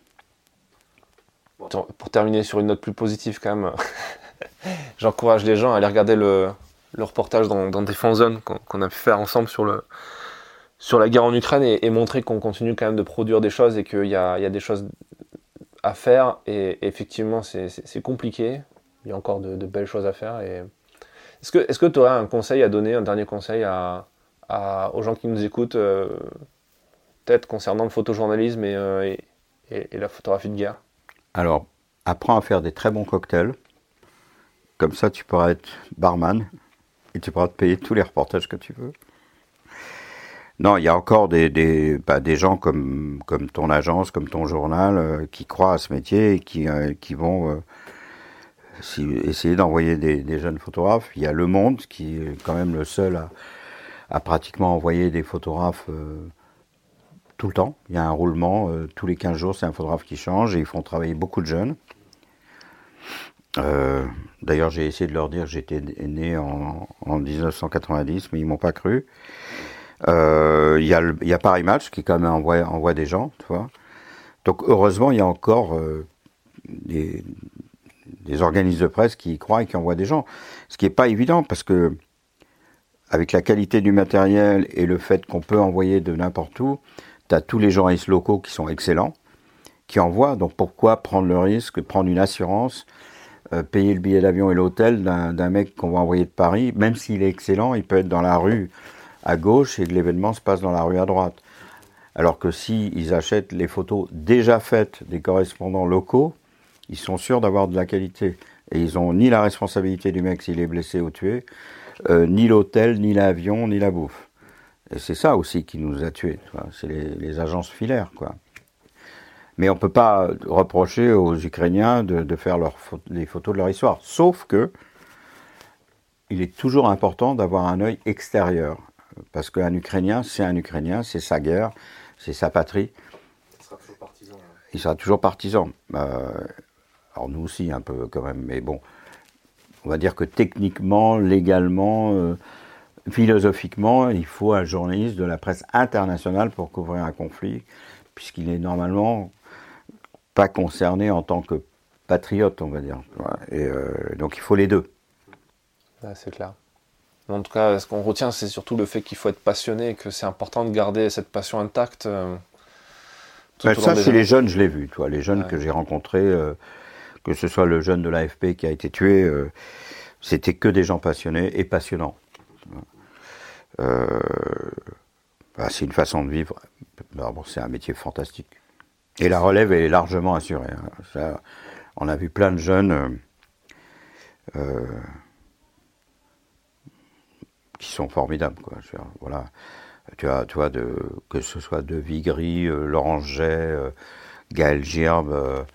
[SPEAKER 2] Pour terminer sur une note plus positive quand même, j'encourage les gens à aller regarder le reportage dans Défense Zone qu'on a pu faire ensemble sur la guerre en Ukraine et montrer qu'on continue quand même de produire des choses et qu'il y a des choses à faire et effectivement c'est compliqué, il y a encore de belles choses à faire. Et... Est-ce que tu aurais un conseil à donner, un dernier conseil à aux gens qui nous écoutent, peut-être concernant le photojournalisme et la photographie de guerre?
[SPEAKER 1] Alors, apprends à faire des très bons cocktails. Comme ça, tu pourras être barman et tu pourras te payer tous les reportages que tu veux. Non, il y a encore des gens comme ton agence, comme ton journal, qui croient à ce métier et qui vont essayer d'envoyer des jeunes photographes. Il y a Le Monde, qui est quand même le seul à pratiquement envoyer des photographes tout le temps. Il y a un roulement, tous les 15 jours, c'est un photographe qui change et ils font travailler beaucoup de jeunes. D'ailleurs, j'ai essayé de leur dire que j'étais né en 1990, mais ils m'ont pas cru. Il y a Paris Match qui quand même envoie des gens, tu vois. Donc heureusement, il y a encore des organismes de presse qui y croient et qui envoient des gens. Ce qui n'est pas évident parce que avec la qualité du matériel et le fait qu'on peut envoyer de n'importe où, tu as tous les journalistes locaux qui sont excellents, qui envoient. Donc pourquoi prendre le risque, prendre une assurance, payer le billet d'avion et l'hôtel d'un mec qu'on va envoyer de Paris, même s'il est excellent, il peut être dans la rue à gauche et que l'événement se passe dans la rue à droite. Alors que s'ils achètent les photos déjà faites des correspondants locaux, ils sont sûrs d'avoir de la qualité. Et ils n'ont ni la responsabilité du mec s'il est blessé ou tué, ni l'hôtel, ni l'avion, ni la bouffe. Et c'est ça aussi qui nous a tués. C'est les agences filaires, quoi. Mais on ne peut pas reprocher aux Ukrainiens de faire les photos de leur histoire. Sauf que il est toujours important d'avoir un œil extérieur. Parce qu'un Ukrainien, c'est sa guerre, c'est sa patrie.
[SPEAKER 2] Il sera toujours partisan. Ouais.
[SPEAKER 1] Il sera toujours partisan. Alors nous aussi, un peu quand même. Mais bon, on va dire que techniquement, légalement, philosophiquement, il faut un journaliste de la presse internationale pour couvrir un conflit, puisqu'il est normalement pas concerné en tant que patriote, on va dire. Et donc il faut les deux.
[SPEAKER 2] Ouais, c'est clair. En tout cas, ce qu'on retient, c'est surtout le fait qu'il faut être passionné et que c'est important de garder cette passion intacte.
[SPEAKER 1] Ça, chez les jeunes, je l'ai vu. Toi, les jeunes que j'ai rencontrés, que ce soit le jeune de l'AFP qui a été tué, c'était que des gens passionnés et passionnants. C'est une façon de vivre. Bon, c'est un métier fantastique. Et la relève est largement assurée. Ça, on a vu plein de jeunes qui sont formidables, quoi. Voilà. Tu vois, que ce soit de Vigry, Laurent Jay, Gaël Girbe,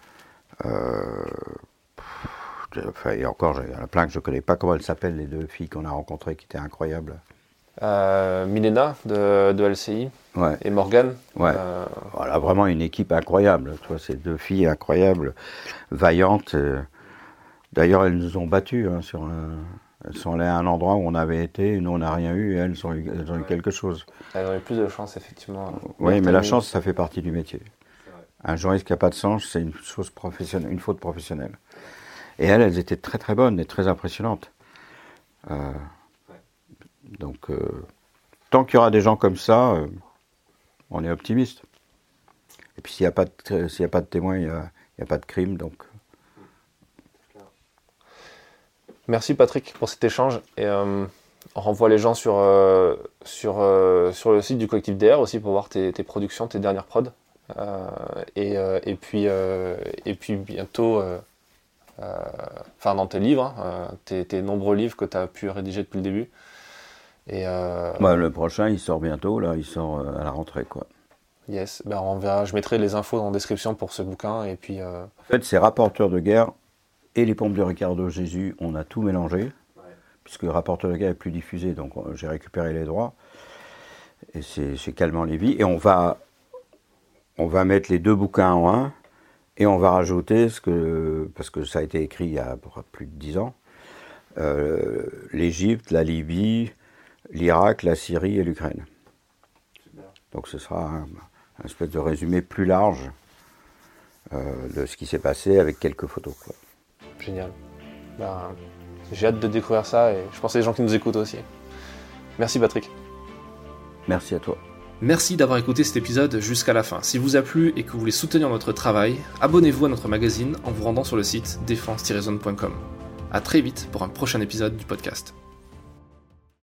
[SPEAKER 1] et encore, il y en a plein que je ne connais pas. Comment elles s'appellent, les deux filles qu'on a rencontrées qui étaient incroyables?
[SPEAKER 2] Milena de LCI,
[SPEAKER 1] ouais.
[SPEAKER 2] Et Morgane.
[SPEAKER 1] Ouais. Voilà, vraiment une équipe incroyable. Tu vois, ces deux filles incroyables, vaillantes. D'ailleurs, elles nous ont battus sur elles sont allées à un endroit où on avait été, nous on n'a rien eu, et elles ont eu quelque chose.
[SPEAKER 2] Elles ont eu plus de chance, effectivement.
[SPEAKER 1] Oui, mais la chance, ça fait partie du métier. Un journaliste qui n'a pas de chance, c'est une chose professionnelle, une faute professionnelle. Et elles étaient très très bonnes et très impressionnantes. Donc, tant qu'il y aura des gens comme ça, on est optimiste. Et puis s'il n'y a pas de témoins, il n'y a pas de crime, donc...
[SPEAKER 2] Merci Patrick pour cet échange et on renvoie les gens sur le site du collectif DR aussi pour voir tes productions, tes dernières prods et puis bientôt dans tes livres, tes nombreux livres que tu as pu rédiger depuis le début. Et
[SPEAKER 1] le prochain il sort bientôt, là il sort à la rentrée, quoi.
[SPEAKER 2] Yes, on verra, je mettrai les infos en description pour ce bouquin et puis
[SPEAKER 1] En fait c'est Rapporteur de guerre et les pompes de Ricardo Jésus, on a tout mélangé, puisque Rapporteur de guerre est plus diffusé, donc j'ai récupéré les droits, et c'est chez Calment Lévy, et on va mettre les deux bouquins en un, et on va rajouter, parce que ça a été écrit il y a plus de 10 ans, l'Égypte, la Libye, l'Irak, la Syrie et l'Ukraine. Donc ce sera un espèce de résumé plus large de ce qui s'est passé avec quelques photos, quoi.
[SPEAKER 2] Génial. J'ai hâte de découvrir ça et je pense à les gens qui nous écoutent aussi. Merci Patrick.
[SPEAKER 1] Merci à toi.
[SPEAKER 3] Merci d'avoir écouté cet épisode jusqu'à la fin. Si vous a plu et que vous voulez soutenir notre travail, abonnez-vous à notre magazine en vous rendant sur le site défense-zone.com. À très vite pour un prochain épisode du podcast.